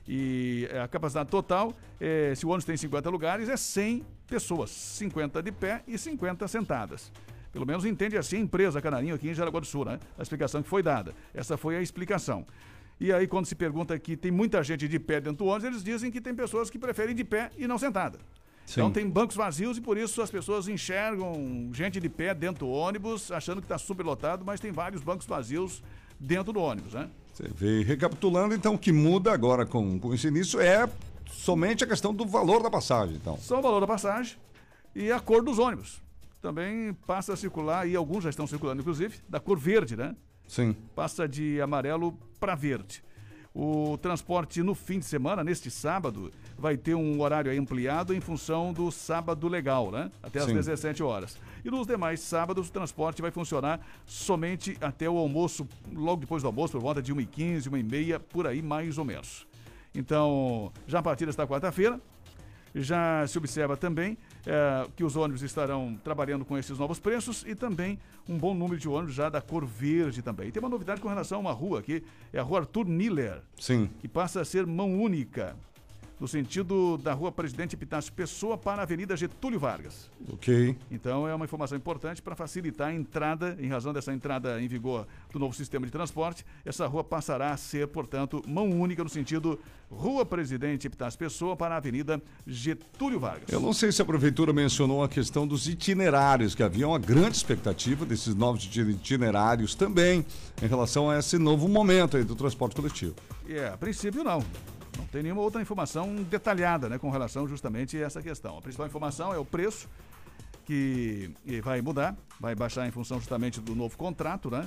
Speaker 5: E a capacidade total, é, se o ônibus tem cinquenta lugares, é cem pessoas. cinquenta de pé e cinquenta sentadas. Pelo menos entende assim a empresa Canarinho aqui em Jaraguá do Sul, né? A explicação que foi dada. Essa foi a explicação. E aí, quando se pergunta que tem muita gente de pé dentro do ônibus, eles dizem que tem pessoas que preferem de pé e não sentada. Sim. Então tem bancos vazios e por isso as pessoas enxergam gente de pé dentro do ônibus, achando que está superlotado, mas tem vários bancos vazios dentro do ônibus, né?
Speaker 1: Você vê, recapitulando, então, o que muda agora com, com esse início é somente a questão do valor da passagem, então.
Speaker 5: Só o valor da passagem e a cor dos ônibus. Também passa a circular, e alguns já estão circulando, inclusive, da cor verde, né?
Speaker 1: Sim.
Speaker 5: Passa de amarelo para verde. O transporte no fim de semana, neste sábado, vai ter um horário aí ampliado em função do sábado legal, né? Até às dezessete horas. E nos demais sábados, o transporte vai funcionar somente até o almoço, logo depois do almoço, por volta de uma e quinze, uma e meia, por aí mais ou menos. Então, já a partir desta quarta-feira, já se observa também é, que os ônibus estarão trabalhando com esses novos preços e também um bom número de ônibus já da cor verde também. E tem uma novidade com relação a uma rua aqui, é a rua Arthur Miller,
Speaker 1: Sim.
Speaker 5: que passa a ser mão única, no sentido da rua Presidente Epitácio Pessoa para a Avenida Getúlio Vargas.
Speaker 1: Ok.
Speaker 5: Então é uma informação importante para facilitar a entrada, em razão dessa entrada em vigor do novo sistema de transporte, essa rua passará a ser, portanto, mão única no sentido Rua Presidente Epitácio Pessoa para a Avenida Getúlio Vargas.
Speaker 1: Eu não sei se a prefeitura mencionou a questão dos itinerários, que havia uma grande expectativa desses novos itinerários também, em relação a esse novo momento aí do transporte coletivo.
Speaker 5: É, a princípio não. Não tem nenhuma outra informação detalhada, né, com relação justamente a essa questão. A principal informação é o preço, que vai mudar, vai baixar em função justamente do novo contrato, né?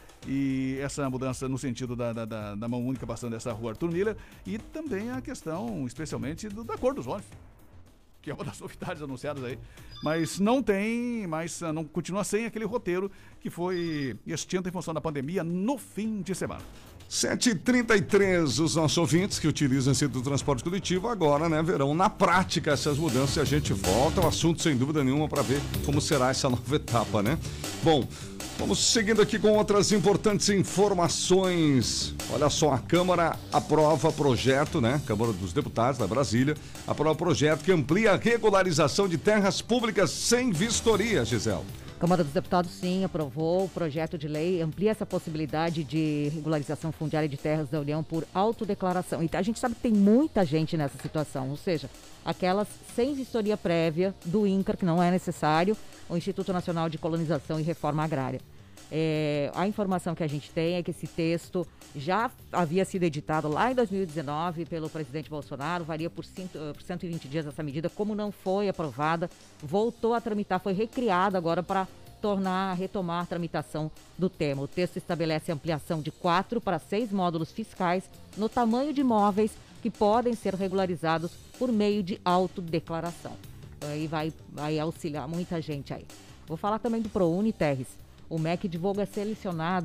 Speaker 5: E essa mudança no sentido da, da, da, da mão única passando essa rua Arthur Miller e também a questão, especialmente, do, da cor dos ônibus, que é uma das novidades anunciadas aí. Mas não tem, mas não continua sem aquele roteiro que foi extinto em função da pandemia no fim de semana.
Speaker 1: sete e trinta e três, os nossos ouvintes que utilizam esse do transporte coletivo agora, né, verão na prática essas mudanças e a gente volta ao assunto sem dúvida nenhuma para ver como será essa nova etapa, né? Bom, vamos seguindo aqui com outras importantes informações. Olha só, a Câmara aprova projeto, né? Câmara dos Deputados da Brasília aprova projeto que amplia a regularização de terras públicas sem vistoria, Gisele.
Speaker 9: A Câmara dos Deputados, sim, aprovou o projeto de lei, amplia essa possibilidade de regularização fundiária de terras da União por autodeclaração. E a gente sabe que tem muita gente nessa situação, ou seja, aquelas sem vistoria prévia do INCRA, que não é necessário, o Instituto Nacional de Colonização e Reforma Agrária. É, a informação que a gente tem é que esse texto já havia sido editado lá em dois mil e dezenove pelo presidente Bolsonaro, varia por, cento, por cento e vinte dias essa medida, como não foi aprovada, voltou a tramitar, foi recriada agora para tornar, retomar a tramitação do tema. O texto estabelece ampliação de quatro para seis módulos fiscais no tamanho de imóveis que podem ser regularizados por meio de autodeclaração. Então, aí vai, vai auxiliar muita gente aí. Vou falar também do ProUni Terres. O M E C divulga selecionados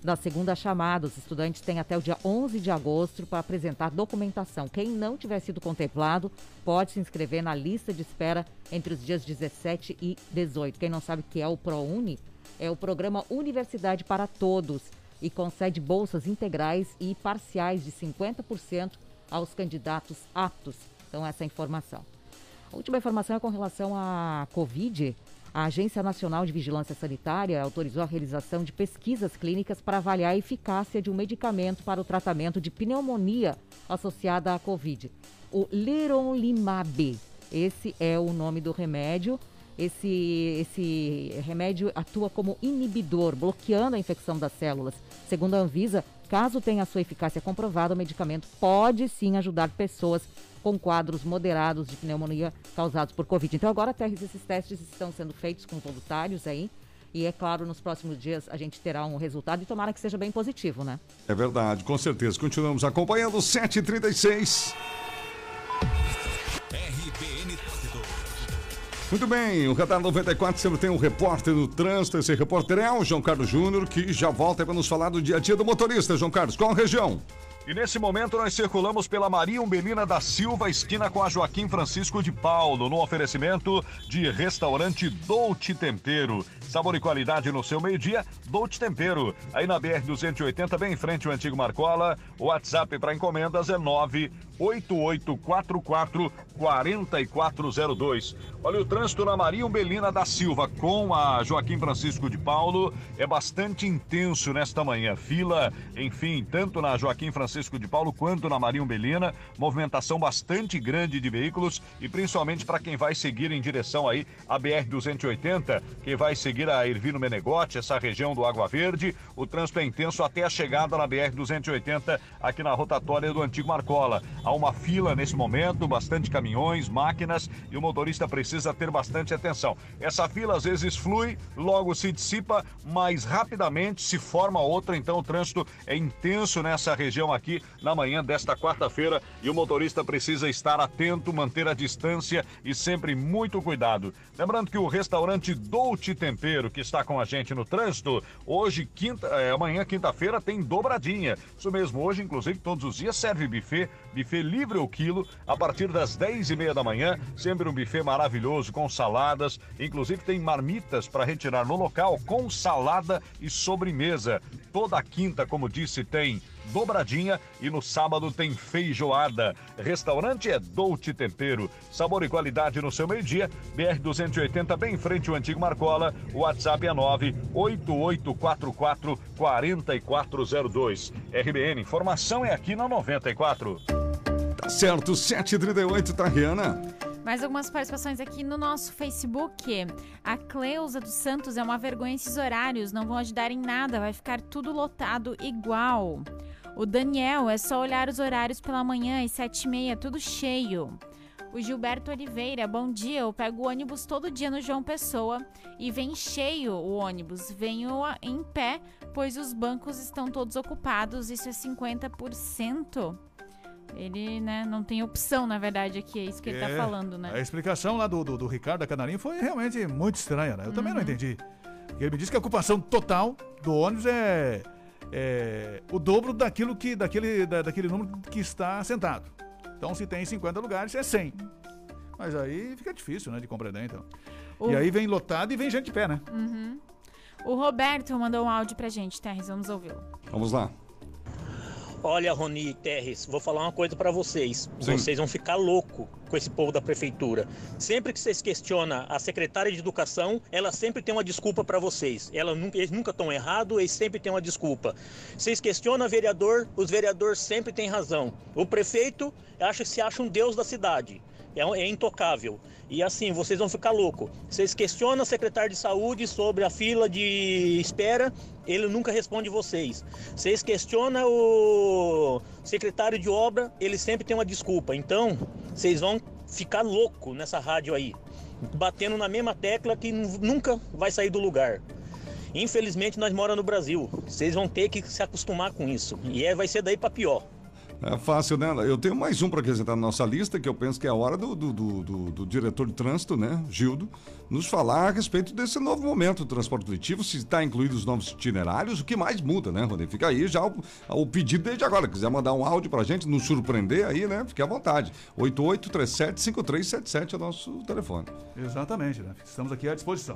Speaker 9: da segunda chamada. Os estudantes têm até o dia onze de agosto para apresentar documentação. Quem não tiver sido contemplado pode se inscrever na lista de espera entre os dias dezessete e dezoito. Quem não sabe o que é o ProUni, é o programa Universidade para Todos e concede bolsas integrais e parciais de cinquenta por cento aos candidatos aptos. Então, essa é a informação. A última informação é com relação à Covid. A Agência Nacional de Vigilância Sanitária autorizou a realização de pesquisas clínicas para avaliar a eficácia de um medicamento para o tratamento de pneumonia associada à Covid. O leronlimab. Esse é o nome do remédio. Esse, esse remédio atua como inibidor, bloqueando a infecção das células. Segundo a Anvisa, caso tenha sua eficácia comprovada, o medicamento pode sim ajudar pessoas com quadros moderados de pneumonia causados por Covid. Então agora, Terres, esses testes estão sendo feitos com voluntários aí. E é claro, nos próximos dias a gente terá um resultado e tomara que seja bem positivo, né?
Speaker 1: É verdade, com certeza. Continuamos acompanhando sete e trinta e seis.
Speaker 15: R B N
Speaker 1: Muito bem, o Radar noventa e quatro sempre tem um repórter no trânsito. Esse repórter é o João Carlos Júnior, que já volta para nos falar do dia a dia do motorista. João Carlos, qual a região?
Speaker 10: E nesse momento nós circulamos pela Maria Umbelina da Silva, esquina com a Joaquim Francisco de Paulo, no oferecimento de restaurante Dolce Tempero. Sabor e qualidade no seu meio-dia, Dolce Tempero. Aí na B R duzentos e oitenta, bem em frente ao antigo Marcola. O WhatsApp para encomendas é nove oito oito quatro quatro quatro quatro zero dois. Olha, o trânsito na Maria Umbelina da Silva com a Joaquim Francisco de Paulo é bastante intenso nesta manhã. Fila, enfim, tanto na Joaquim Francisco de Paulo quanto na Maria Umbelina, movimentação bastante grande de veículos e principalmente para quem vai seguir em direção aí a B R duzentos e oitenta, quem vai seguir a Ervino Menegote, essa região do Água Verde, o trânsito é intenso até a chegada na B R duzentos e oitenta aqui na rotatória do antigo Marcola. Há uma fila nesse momento, bastante caminhões, máquinas e o motorista precisa ter bastante atenção. Essa fila às vezes flui, logo se dissipa, mas rapidamente se forma outra, então o trânsito é intenso nessa região aqui na manhã desta quarta-feira e o motorista precisa estar atento, manter a distância e sempre muito cuidado. Lembrando que o restaurante Dolce Tempero, que está com a gente no trânsito, hoje, quinta, é, amanhã, quinta-feira, tem dobradinha. Isso mesmo, hoje, inclusive, todos os dias serve buffet, buffet livre ao quilo, a partir das dez e meia da manhã, sempre um buffet maravilhoso com saladas, inclusive tem marmitas para retirar no local com salada e sobremesa. Toda quinta, como disse, tem dobradinha e no sábado tem feijoada. Restaurante é Dolce Tempero, sabor e qualidade no seu meio-dia. B R duzentos e oitenta, bem em frente ao antigo Marcola. O WhatsApp é nove oito oito quatro quatro quatro quatro zero dois. R B N, informação é aqui na noventa e quatro.
Speaker 1: Tá certo, sete e trinta e oito, tá, Rihanna?
Speaker 11: Mais algumas participações aqui no nosso Facebook. A Cleusa dos Santos, é uma vergonha esses horários, não vão ajudar em nada, vai ficar tudo lotado igual. O Daniel, é só olhar os horários pela manhã, às sete e meia, tudo cheio. O Gilberto Oliveira, bom dia, eu pego o ônibus todo dia no João Pessoa e vem cheio o ônibus, venho em pé, pois os bancos estão todos ocupados, isso é cinquenta por cento. Ele, né, não tem opção, na verdade, aqui, é isso que ele
Speaker 5: é,
Speaker 11: tá falando, né?
Speaker 5: A explicação lá do, do, do Ricardo da Canarinho foi realmente muito estranha, né? Eu uhum. também não entendi. Ele me disse que a ocupação total do ônibus é, é o dobro daquilo que, daquele, da, daquele número que está sentado. Então, se tem cinquenta lugares, é cem. Mas aí fica difícil, né, de compreender, então. Uhum. E aí vem lotado e vem gente de pé, né?
Speaker 11: Uhum. O Roberto mandou um áudio pra gente, Terres, vamos ouvi-lo.
Speaker 1: Vamos lá.
Speaker 17: Olha, Rony e Terres, vou falar uma coisa pra vocês.
Speaker 1: Sim.
Speaker 17: Vocês vão ficar louco com esse povo da prefeitura. Sempre que vocês questionam a secretária de educação, ela sempre tem uma desculpa pra vocês. Ela nunca, eles nunca estão errados, eles sempre têm uma desculpa. Vocês questionam o vereador, os vereadores sempre têm razão. O prefeito acha, se acha um deus da cidade. É, é intocável. E assim, vocês vão ficar loucos. Vocês questionam o secretário de saúde sobre a fila de espera, ele nunca responde vocês. Vocês questionam o secretário de obra, ele sempre tem uma desculpa. Então, vocês vão ficar loucos nessa rádio aí, batendo na mesma tecla que nunca vai sair do lugar. Infelizmente, nós moramos no Brasil. Vocês vão ter que se acostumar com isso. E é, vai ser daí para pior.
Speaker 1: É fácil, né? Eu tenho mais um para acrescentar na nossa lista, que eu penso que é a hora do, do, do, do, do diretor de trânsito, né, Gildo, nos falar a respeito desse novo momento do transporte coletivo, se está incluído os novos itinerários, o que mais muda, né, Rony? Fica aí já o, o pedido desde agora. Se quiser mandar um áudio pra gente, nos surpreender aí, né? Fique à vontade. oito oito três sete cinco três sete sete é o nosso telefone.
Speaker 5: Exatamente, né? Estamos aqui à disposição.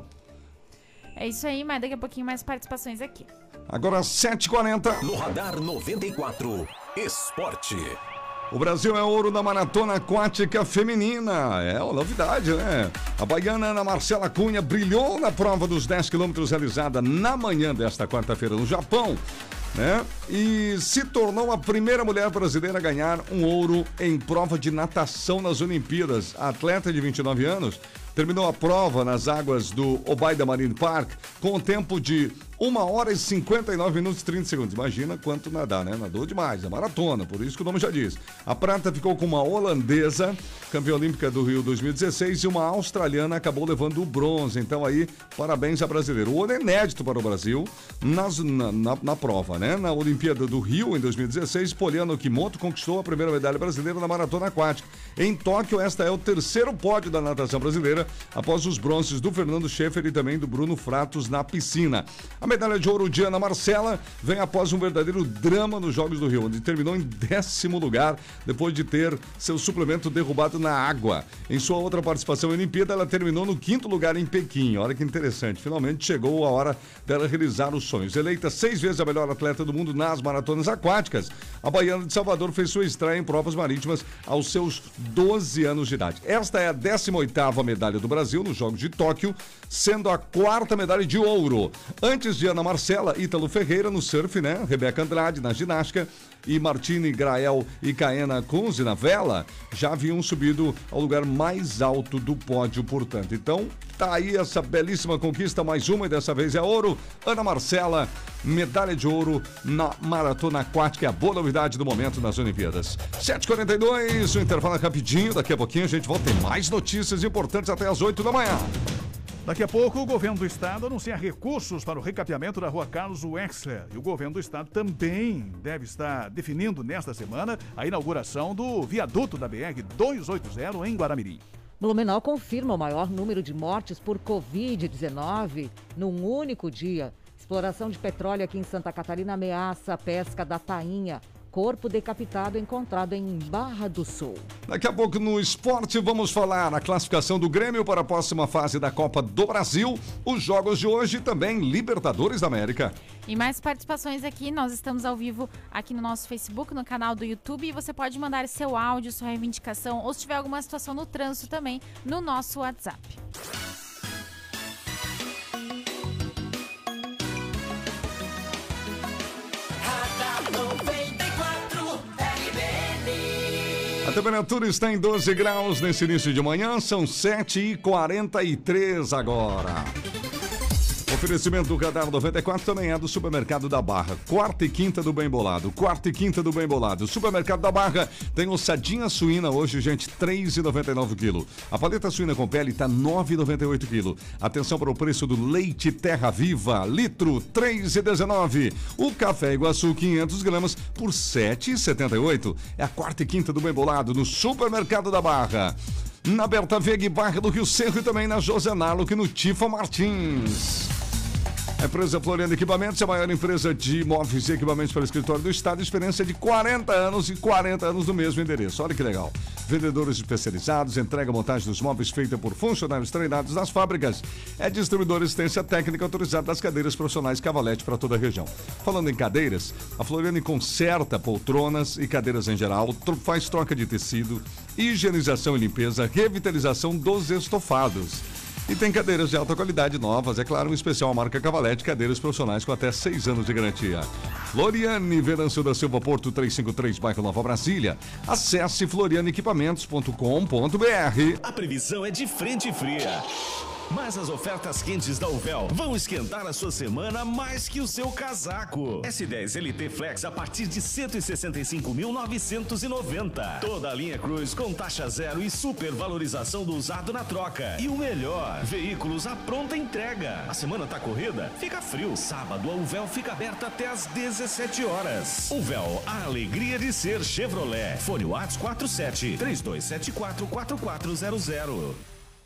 Speaker 11: É isso aí, mas daqui a pouquinho mais participações aqui.
Speaker 1: Agora sete e quarenta.
Speaker 15: No Radar noventa e quatro, Esporte.
Speaker 1: O Brasil é ouro na maratona aquática feminina. É uma novidade, né? A baiana Ana Marcela Cunha brilhou na prova dos dez quilômetros realizada na manhã desta quarta-feira no Japão, né? E se tornou a primeira mulher brasileira a ganhar um ouro em prova de natação nas Olimpíadas. A atleta de vinte e nove anos terminou a prova nas águas do Obaida Marine Park com um tempo de uma hora e cinquenta e nove minutos e trinta segundos. Imagina quanto nadar, né? Nadou demais, é maratona, por isso que o nome já diz. A prata ficou com uma holandesa, campeã olímpica do Rio dois mil e dezesseis, e uma australiana acabou levando o bronze. Então aí, parabéns à brasileira. O ouro é inédito para o Brasil nas, na, na, na prova, né? Na Olimpíada do Rio, em dois mil e dezesseis, Poliana Okimoto conquistou a primeira medalha brasileira na maratona aquática. Em Tóquio, esta é o terceiro pódio da natação brasileira, após os bronzes do Fernando Schaeffer e também do Bruno Fratos na piscina. A medalha de ouro de Ana Marcela vem após um verdadeiro drama nos Jogos do Rio, onde terminou em décimo lugar depois de ter seu suplemento derrubado na água. Em sua outra participação em Olimpíada, ela terminou no quinto lugar em Pequim. Olha que interessante, finalmente chegou a hora dela realizar os sonhos. Eleita seis vezes a melhor atleta do mundo nas maratonas aquáticas, a baiana de Salvador fez sua estreia em provas marítimas aos seus doze anos de idade. Esta é a décima oitava medalha do Brasil nos Jogos de Tóquio, sendo a quarta medalha de ouro. Antes de Ana Marcela, Ítalo Ferreira no surf, né? Rebeca Andrade na ginástica e Martine Grael e Caena Kunze na vela já haviam subido ao lugar mais alto do pódio, portanto. Então, tá aí essa belíssima conquista, mais uma, e dessa vez é ouro. Ana Marcela, medalha de ouro na maratona aquática, é a boa novidade do momento nas Olimpíadas. sete e quarenta e dois, o intervalo é rapidinho, daqui a pouquinho a gente volta, tem mais notícias importantes até as oito da manhã.
Speaker 5: Daqui a pouco, o governo do estado anuncia recursos para o recapeamento da rua Carlos Wexler. E o governo do estado também deve estar definindo nesta semana a inauguração do viaduto da B R duzentos e oitenta em Guaramirim.
Speaker 9: Blumenau confirma o maior número de mortes por covid dezenove num único dia. Exploração de petróleo aqui em Santa Catarina ameaça a pesca da tainha. Corpo decapitado encontrado em Barra do Sul.
Speaker 1: Daqui a pouco no esporte vamos falar na classificação do Grêmio para a próxima fase da Copa do Brasil, os jogos de hoje e também Libertadores da América.
Speaker 11: E mais participações aqui, nós estamos ao vivo aqui no nosso Facebook, no canal do YouTube, e você pode mandar seu áudio, sua reivindicação, ou se tiver alguma situação no trânsito também, no nosso WhatsApp.
Speaker 1: A temperatura está em doze graus nesse início de manhã, são sete e quarenta e três agora. Oferecimento do Radar noventa e quatro também é do Supermercado da Barra. Quarta e quinta do Bem Bolado. Quarta e quinta do Bem Bolado. Supermercado da Barra tem ossadinha suína hoje, gente, três reais e noventa e nove quilo. A paleta suína com pele está nove reais e noventa e oito quilo. Atenção para o preço do leite Terra Viva, litro três reais e dezenove. O café Iguaçu quinhentas gramas por sete reais e setenta e oito. É a quarta e quinta do Bem Bolado no Supermercado da Barra. Na Berta Veg, Barra do Rio Cerro, e também na José Narlo, no Tifa Martins. A empresa Floriano Equipamentos é a maior empresa de móveis e equipamentos para o escritório do estado. Experiência de quarenta anos e quarenta anos no mesmo endereço. Olha que legal. Vendedores especializados, entrega e montagem dos móveis feita por funcionários treinados nas fábricas. É distribuidor de assistência técnica autorizada das cadeiras profissionais Cavalete para toda a região. Falando em cadeiras, a Floriano conserta poltronas e cadeiras em geral, faz troca de tecido, higienização e limpeza, revitalização dos estofados. E tem cadeiras de alta qualidade novas, é claro, um especial marca Cavalete, cadeiras profissionais com até seis anos de garantia. Floriane, Venâncio da Silva Porto trezentos e cinquenta e três, bairro Nova Brasília. Acesse floriane equipamentos ponto com ponto br.
Speaker 13: A previsão é de frente fria. Mas as ofertas quentes da Uvel vão esquentar a sua semana mais que o seu casaco. S dez L T Flex a partir de cento e sessenta e cinco mil novecentos e noventa. Toda a linha Cruz com taxa zero e supervalorização do usado na troca. E o melhor, veículos à pronta entrega. A semana tá corrida? Fica frio. Sábado a Uvel fica aberta até às dezessete horas. Uvel, a alegria de ser Chevrolet. Fone Whats quatro sete, três dois sete quatro, quatro quatro zero zero.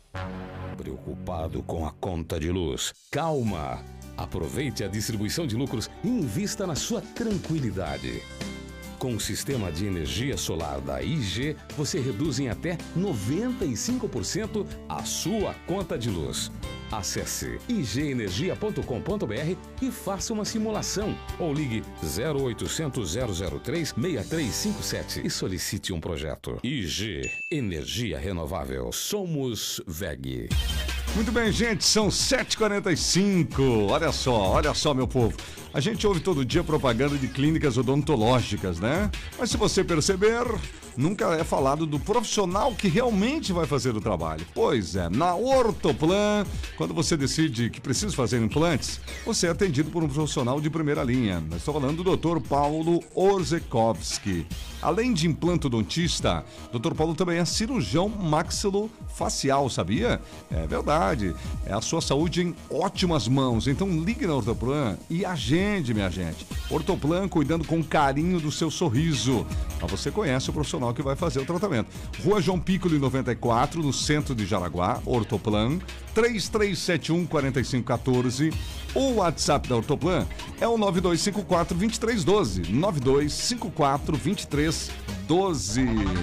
Speaker 14: Preocupado com a conta de luz? Calma! Aproveite a distribuição de lucros e invista na sua tranquilidade. Com o sistema de energia solar da I G, você reduz em até noventa e cinco por cento a sua conta de luz. Acesse i g energia ponto com ponto b r e faça uma simulação ou ligue zero oitocentos, zero zero três, seis três cinco sete e solicite um projeto. I G Energia Renovável. Somos V E G.
Speaker 1: Muito bem, gente, são sete e quarenta e cinco. Olha só, olha só, meu povo. A gente ouve todo dia propaganda de clínicas odontológicas, né? Mas se você perceber, nunca é falado do profissional que realmente vai fazer o trabalho. Pois é, na Ortoplan, quando você decide que precisa fazer implantes, você é atendido por um profissional de primeira linha. Eu estou falando do doutor Paulo Orzekowski. Além de implantodontista, doutor Paulo também é cirurgião maxilofacial, sabia? É verdade. É a sua saúde em ótimas mãos. Então ligue na Ortoplan e agende, minha gente. Ortoplan cuidando com carinho do seu sorriso. Mas você conhece o profissional que vai fazer o tratamento. Rua João Piccoli, noventa e quatro, no centro de Jaraguá, Ortoplan, três três sete um, quatro cinco um quatro. O WhatsApp da Ortoplan é o nove dois cinco quatro, dois três um dois. nove dois cinco quatro, dois três um dois.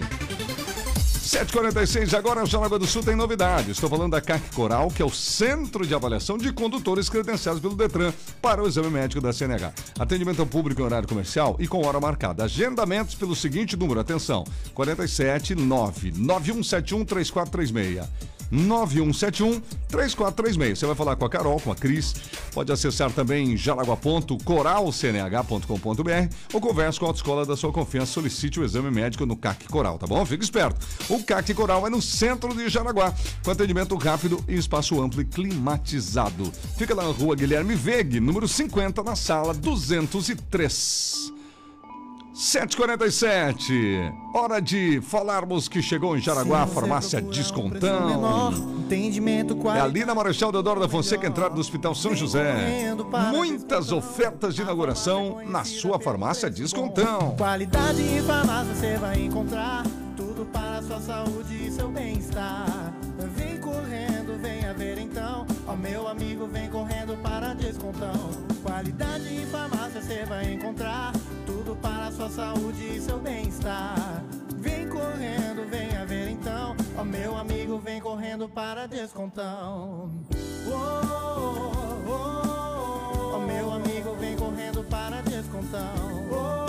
Speaker 1: sete e quarenta e seis, agora Jaraguá do Sul tem novidade. Estou falando da C A C Coral, que é o Centro de Avaliação de Condutores credenciados pelo Detran para o exame médico da C N H. Atendimento ao público em horário comercial e com hora marcada. Agendamentos pelo seguinte número, atenção, quarenta e sete, nove nove um sete um, três quatro três seis. nove um sete um, três quatro três seis. Você vai falar com a Carol, com a Cris. Pode acessar também jaraguá ponto coral c n h ponto com ponto b r ou converse com a autoescola da sua confiança. Solicite o exame médico no C A C Coral, tá bom? Fica esperto. O C A C Coral é no centro de Jaraguá, com atendimento rápido e espaço amplo e climatizado. Fica na rua Guilherme Vegue, número cinquenta, na sala duzentos e três. sete e quarenta e sete, hora de falarmos que chegou em Jaraguá a farmácia Descontão. É ali na Marechal Deodoro da Fonseca, entrada do Hospital São José. Muitas ofertas de inauguração na sua farmácia Descontão.
Speaker 18: Qualidade em farmácia você vai encontrar tudo para a sua saúde e seu bem-estar. Vem correndo, venha ver então. Ó, meu amigo, vem correndo para Descontão. Qualidade em farmácia você vai encontrar tudo para a sua saúde e seu bem-estar. Vem correndo, venha ver então. Ó, meu amigo, vem correndo para Descontão. Oh, oh, oh, oh, meu amigo, vem correndo para Descontão. Oh,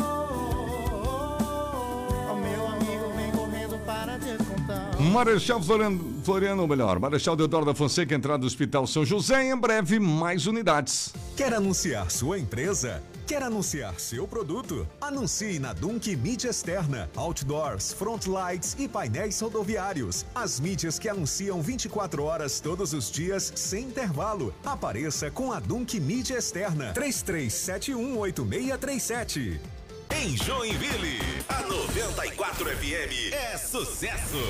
Speaker 18: oh, oh, meu amigo, vem correndo para Descontão.
Speaker 1: Marechal Floriano, Floriano, ou melhor, Marechal Deodoro da Fonseca, entrada do Hospital São José. Em breve, mais unidades.
Speaker 19: Quer anunciar sua empresa? Quer anunciar seu produto? Anuncie na Dunk Mídia Externa, Outdoors, Frontlights e painéis rodoviários. As mídias que anunciam vinte e quatro horas todos os dias, sem intervalo. Apareça com a Dunk Mídia Externa. três três sete um, oito seis três sete.
Speaker 15: Em Joinville, a noventa e quatro F M é sucesso.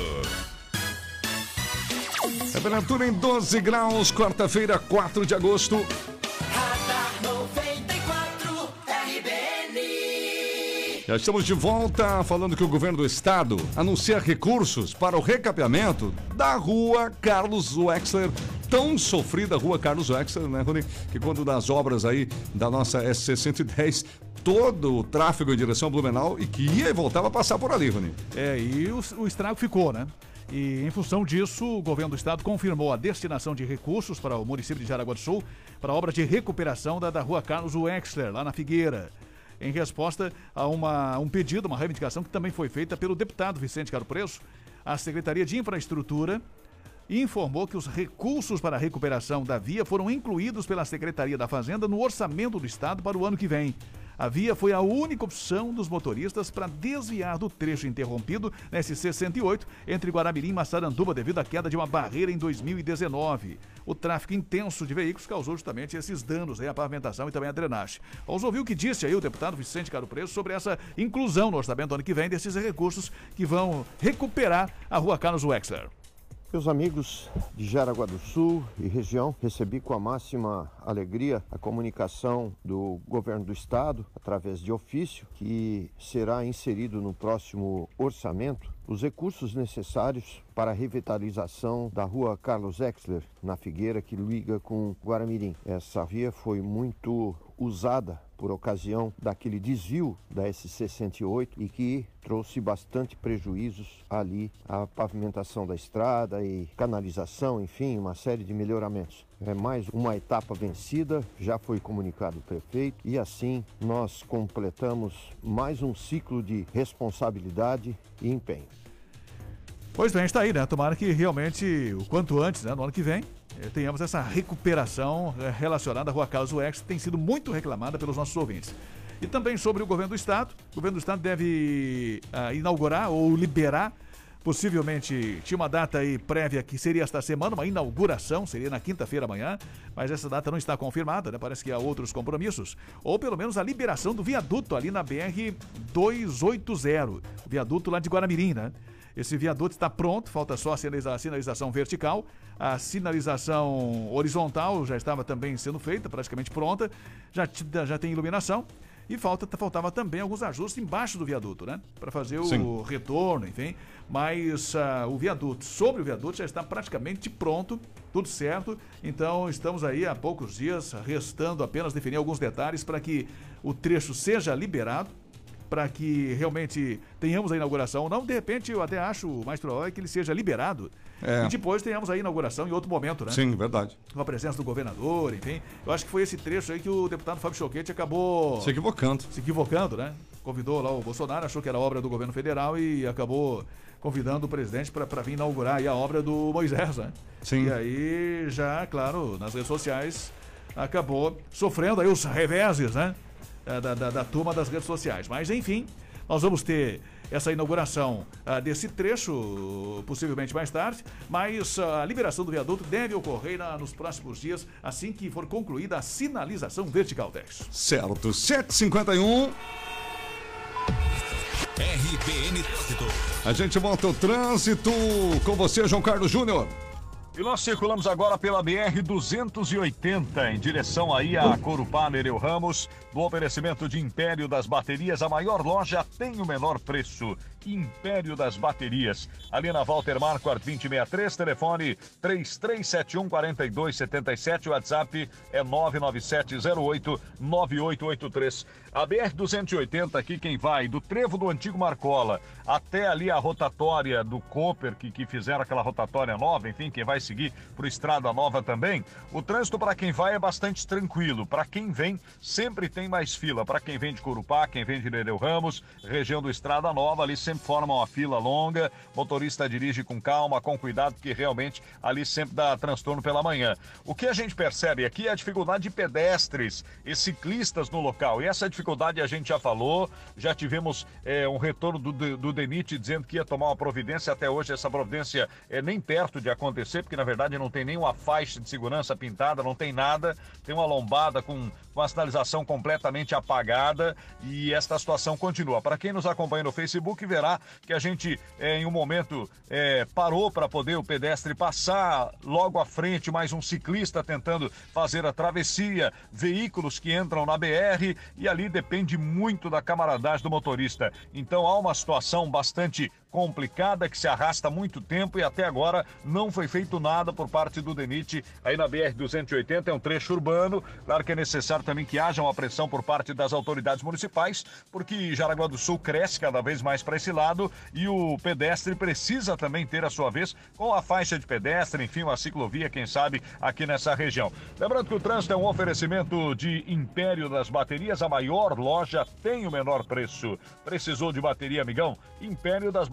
Speaker 1: Temperatura em doze graus, quarta-feira, quatro de agosto.
Speaker 16: Radar noventa e quatro R B N.
Speaker 1: Já estamos de volta falando que o governo do estado anuncia recursos para o recapeamento da rua Carlos Wexler, tão sofrida rua Carlos Wexler, né, Rony? Que quando das obras aí da nossa S C cento e dez, todo o tráfego em direção a Blumenau e que ia e voltava a passar por ali, Rony.
Speaker 5: É, e o, o estrago ficou, né? E em função disso, o governo do estado confirmou a destinação de recursos para o município de Jaraguá do Sul para a obra de recuperação da, da rua Carlos Wexler, lá na Figueira, em resposta a uma, um pedido, uma reivindicação que também foi feita pelo deputado Vicente Caro Preço. A Secretaria de Infraestrutura informou que os recursos para a recuperação da via foram incluídos pela Secretaria da Fazenda no orçamento do estado para o ano que vem. A via foi a única opção dos motoristas para desviar do trecho interrompido na S C cento e oito entre Guaramirim e Massaranduba devido à queda de uma barreira em dois mil e dezenove. O tráfego intenso de veículos causou justamente esses danos aí à pavimentação e também à drenagem. Vamos ouvir o que disse aí o deputado Vicente Caro Preço sobre essa inclusão no orçamento do ano que vem desses recursos que vão recuperar a Rua Carlos Wexler.
Speaker 20: Meus amigos de Jaraguá do Sul e região, recebi com a máxima alegria a comunicação do governo do estado, através de ofício, que será inserido no próximo orçamento os recursos necessários para a revitalização da Rua Carlos Wexler, na Figueira, que liga com Guaramirim. Essa via foi muito usada por ocasião daquele desvio da S C cento e oito e que trouxe bastante prejuízos ali à pavimentação da estrada e canalização, enfim, uma série de melhoramentos. É mais uma etapa vencida, já foi comunicado o prefeito e assim nós completamos mais um ciclo de responsabilidade e empenho.
Speaker 5: Pois bem, está aí, né? Tomara que realmente, o quanto antes, né, no ano que vem, tenhamos essa recuperação relacionada à Rua Carlos Wexler, que tem sido muito reclamada pelos nossos ouvintes. E também sobre o governo do estado. O governo do estado deve uh, inaugurar ou liberar, possivelmente, tinha uma data aí prévia que seria esta semana, uma inauguração, seria na quinta-feira amanhã, mas essa data não está confirmada, né? Parece que há outros compromissos. Ou pelo menos a liberação do viaduto ali na B R duzentos e oitenta, o viaduto lá de Guaramirim, né? Esse viaduto está pronto, falta só a sinalização vertical. A sinalização horizontal já estava também sendo feita, praticamente pronta. Já, já tem iluminação. E falta, faltava também alguns ajustes embaixo do viaduto, né? Para fazer o Sim. retorno, enfim. Mas uh, o viaduto, sobre o viaduto, já está praticamente pronto, tudo certo. Então estamos aí há poucos dias, restando apenas definir alguns detalhes para que o trecho seja liberado, para que realmente tenhamos a inauguração ou não. De repente, eu até acho mais provável que ele seja liberado é. e depois tenhamos a inauguração em outro momento, né?
Speaker 1: Sim, verdade.
Speaker 5: Com a presença do governador, enfim. Eu acho que foi esse trecho aí que o deputado Fábio Choquete acabou...
Speaker 1: Se equivocando.
Speaker 5: Se equivocando, né? Convidou lá o Bolsonaro, achou que era obra do governo federal e acabou convidando o presidente para vir inaugurar aí a obra do Moisés, né?
Speaker 1: Sim.
Speaker 5: E aí já, claro, nas redes sociais acabou sofrendo aí os reveses, né? Da, da, da turma das redes sociais. Mas, enfim, nós vamos ter essa inauguração uh, desse trecho, uh, possivelmente mais tarde, mas uh, a liberação do viaduto deve ocorrer na, nos próximos dias, assim que for concluída a sinalização vertical, Tex.
Speaker 1: Certo, sete e cinquenta e um.
Speaker 15: R B N Trânsito.
Speaker 1: A gente volta ao trânsito com você, João Carlos Júnior.
Speaker 10: E nós circulamos agora pela B R duzentos e oitenta, em direção aí a Corupá, Nereu Ramos, do oferecimento de Império das Baterias. A maior loja tem o menor preço. Império das Baterias. Ali na Walter Marquardt vinte e sessenta e três, telefone três três sete um, quatro dois sete sete, o WhatsApp é nove nove sete zero oito nove oito oito três. A B R duzentos e oitenta aqui, quem vai do trevo do antigo Marcola até ali a rotatória do Cooper, que, que fizeram aquela rotatória nova, enfim, quem vai seguir por Estrada Nova também, o trânsito para quem vai é bastante tranquilo. Para quem vem, sempre tem mais fila. Para quem vem de Corupá, quem vem de Nereu Ramos, região do Estrada Nova, ali sempre forma uma fila longa, motorista dirige com calma, com cuidado, porque realmente ali sempre dá transtorno pela manhã. O que a gente percebe aqui é a dificuldade de pedestres e ciclistas no local, e essa dificuldade a gente já falou, já tivemos é, um retorno do, do DENIT dizendo que ia tomar uma providência. Até hoje essa providência é nem perto de acontecer, porque na verdade não tem nenhuma faixa de segurança pintada, não tem nada, tem uma lombada com uma sinalização completamente apagada e esta situação continua. Para quem nos acompanha no Facebook verá que a gente é, em um momento é, parou para poder o pedestre passar, logo à frente mais um ciclista tentando fazer a travessia, veículos que entram na B R e ali depende muito da camaradagem do motorista. Então há uma situação bastante complicada que se arrasta há muito tempo e até agora não foi feito nada por parte do DENIT aí na B R duzentos e oitenta. É um trecho urbano, claro que é necessário também que haja uma pressão por parte das autoridades municipais, porque Jaraguá do Sul cresce cada vez mais para esse lado e o pedestre precisa também ter a sua vez com a faixa de pedestre, enfim, uma ciclovia, quem sabe, aqui nessa região. Lembrando que o trânsito é um oferecimento de Império das Baterias, a maior loja tem o menor preço. Precisou de bateria, amigão? Império das Baterias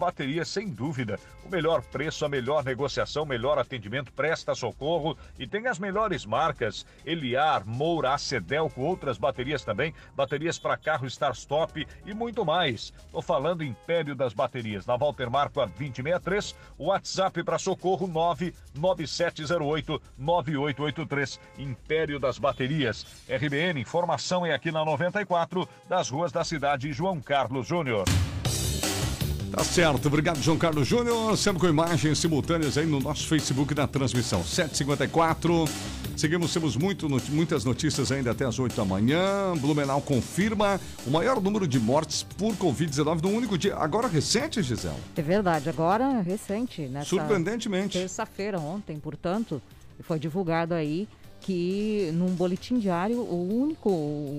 Speaker 10: Baterias, sem dúvida. O melhor preço, a melhor negociação, melhor atendimento, presta socorro e tem as melhores marcas. Eliar, Moura, Cedelco, outras baterias também. Baterias para carro, Start-Stop e muito mais. Tô falando Império das Baterias. Na Walter Marco, a vinte e sessenta e três. O WhatsApp para socorro nove nove sete zero oito nove oito oito três. Império das Baterias. R B N, informação é aqui na noventa e quatro, das ruas da cidade, João Carlos Júnior.
Speaker 1: Tá certo, obrigado João Carlos Júnior, sempre com imagens simultâneas aí no nosso Facebook da transmissão, sete e cinquenta e quatro. Seguimos, temos muito, muitas notícias ainda até as oito da manhã. Blumenau confirma o maior número de mortes por covid dezenove num único dia. Agora recente, Gisele?
Speaker 9: É verdade, agora recente. Nessa
Speaker 1: Surpreendentemente.
Speaker 9: Terça-feira, ontem, portanto, foi divulgado aí que num boletim diário, o único,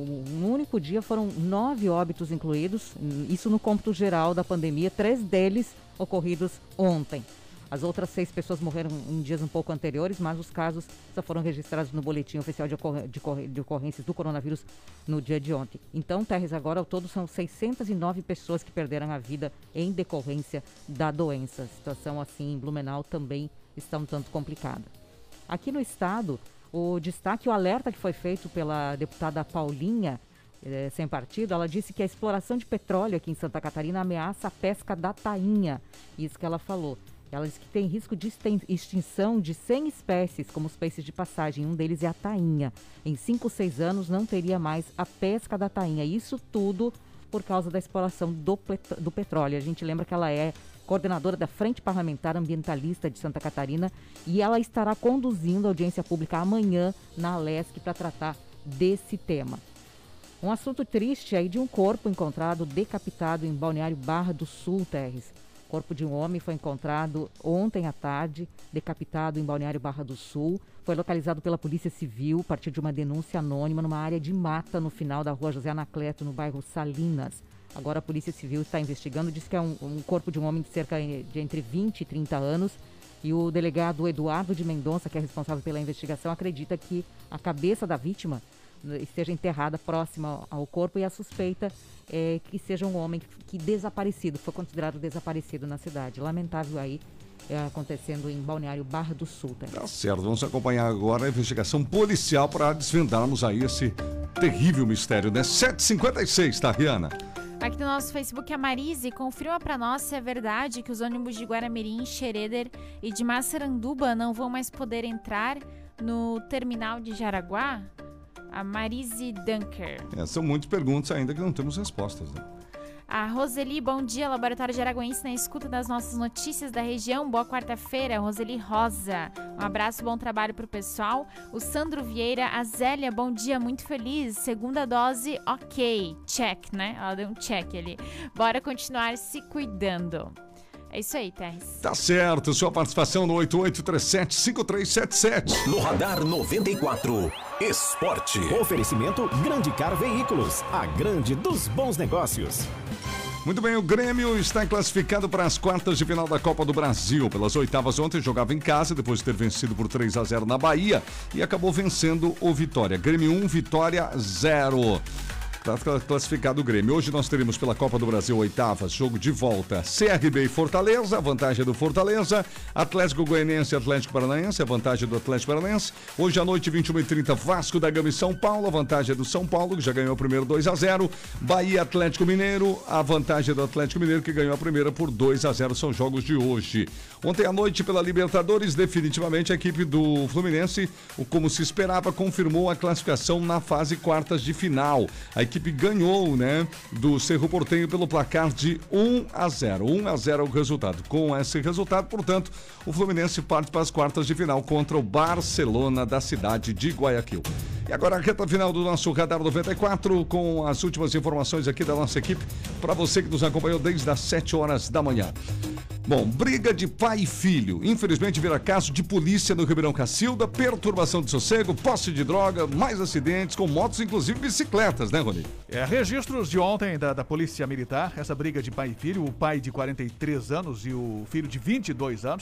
Speaker 9: no único dia foram nove óbitos incluídos, isso no cômputo geral da pandemia, três deles ocorridos ontem. As outras seis pessoas morreram em dias um pouco anteriores, mas os casos só foram registrados no boletim oficial de, ocor de, de ocorrências do coronavírus no dia de ontem. Então, Terres, agora ao todo são seiscentas e nove pessoas que perderam a vida em decorrência da doença. A situação assim em Blumenau também está um tanto complicada. Aqui no estado, o destaque, o alerta que foi feito pela deputada Paulinha, eh, sem partido, ela disse que a exploração de petróleo aqui em Santa Catarina ameaça a pesca da tainha. Isso que ela falou. Ela disse que tem risco de extinção de cem espécies, como os peixes de passagem. Um deles é a tainha. Em cinco, seis anos não teria mais a pesca da tainha. Isso tudo por causa da exploração do, do petróleo. A gente lembra que ela é coordenadora da Frente Parlamentar Ambientalista de Santa Catarina e ela estará conduzindo a audiência pública amanhã na Alesc para tratar desse tema. Um assunto triste aí de um corpo encontrado decapitado em Balneário Barra do Sul, Terres. O corpo de um homem foi encontrado ontem à tarde, decapitado em Balneário Barra do Sul. Foi localizado pela Polícia Civil a partir de uma denúncia anônima numa área de mata no final da rua José Anacleto, no bairro Salinas. Agora a Polícia Civil está investigando, diz que é um, um corpo de um homem de cerca de entre vinte e trinta anos. E o delegado Eduardo de Mendonça, que é responsável pela investigação, acredita que a cabeça da vítima esteja enterrada próxima ao corpo e a suspeita é que seja um homem que, que desaparecido, foi considerado desaparecido na cidade. Lamentável aí, é, acontecendo em Balneário Barra do Sul. Tá?
Speaker 1: Tá certo, vamos acompanhar agora a investigação policial para desvendarmos aí esse terrível mistério, né? sete e cinquenta e seis, tá, Rihanna?
Speaker 11: Aqui no nosso Facebook, a Marise confirma para nós se é verdade que os ônibus de Guaramirim, Xereder e de Massaranduba não vão mais poder entrar no terminal de Jaraguá. A Marise Dunker.
Speaker 1: É, são muitas perguntas ainda que não temos respostas, né?
Speaker 11: A Roseli, bom dia, Laboratório de Araguense na escuta das nossas notícias da região. Boa quarta-feira, Roseli Rosa. Um abraço, bom trabalho pro pessoal. O Sandro Vieira, a Zélia, bom dia, muito feliz. Segunda dose, ok. Check, né? Ela deu um check ali. Bora continuar se cuidando. É isso aí, Terres.
Speaker 1: Tá certo, sua participação no oito oito três sete cinco três sete sete.
Speaker 15: No Radar noventa e quatro, Esporte.
Speaker 3: Oferecimento Grande Car Veículos, a grande dos bons negócios.
Speaker 1: Muito bem, o Grêmio está classificado para as quartas de final da Copa do Brasil. Pelas oitavas ontem jogava em casa, depois de ter vencido por três a zero na Bahia e acabou vencendo o Vitória. Grêmio um, Vitória zero. Está classificado o Grêmio. Hoje nós teremos pela Copa do Brasil oitavas, jogo de volta, C R B e Fortaleza, a vantagem do Fortaleza, Atlético Goianiense e Atlético Paranaense, a vantagem do Atlético Paranaense. Hoje à noite, vinte e uma e trinta, Vasco da Gama e São Paulo, a vantagem é do São Paulo, que já ganhou o primeiro dois a zero. Bahia Atlético Mineiro, a vantagem do Atlético Mineiro, que ganhou a primeira por dois a zero, são jogos de hoje. Ontem à noite, pela Libertadores, definitivamente a equipe do Fluminense, como se esperava, confirmou a classificação na fase quartas de final. A equipe ganhou, né, do Cerro Porteño pelo placar de um a zero. um a zero é o resultado. Com esse resultado, portanto, o Fluminense parte para as quartas de final contra o Barcelona da cidade de Guayaquil. E agora a reta final do nosso Radar noventa e quatro com as últimas informações aqui da nossa equipe para você que nos acompanhou desde as sete horas da manhã. Bom, briga de pai e filho. Infelizmente vira caso de polícia no Ribeirão Cacilda, perturbação de sossego, posse de droga, mais acidentes com motos, inclusive bicicletas, né, Rony?
Speaker 5: É, registros de ontem da, da Polícia Militar, essa briga de pai e filho, o pai de quarenta e três anos e o filho de vinte e dois anos,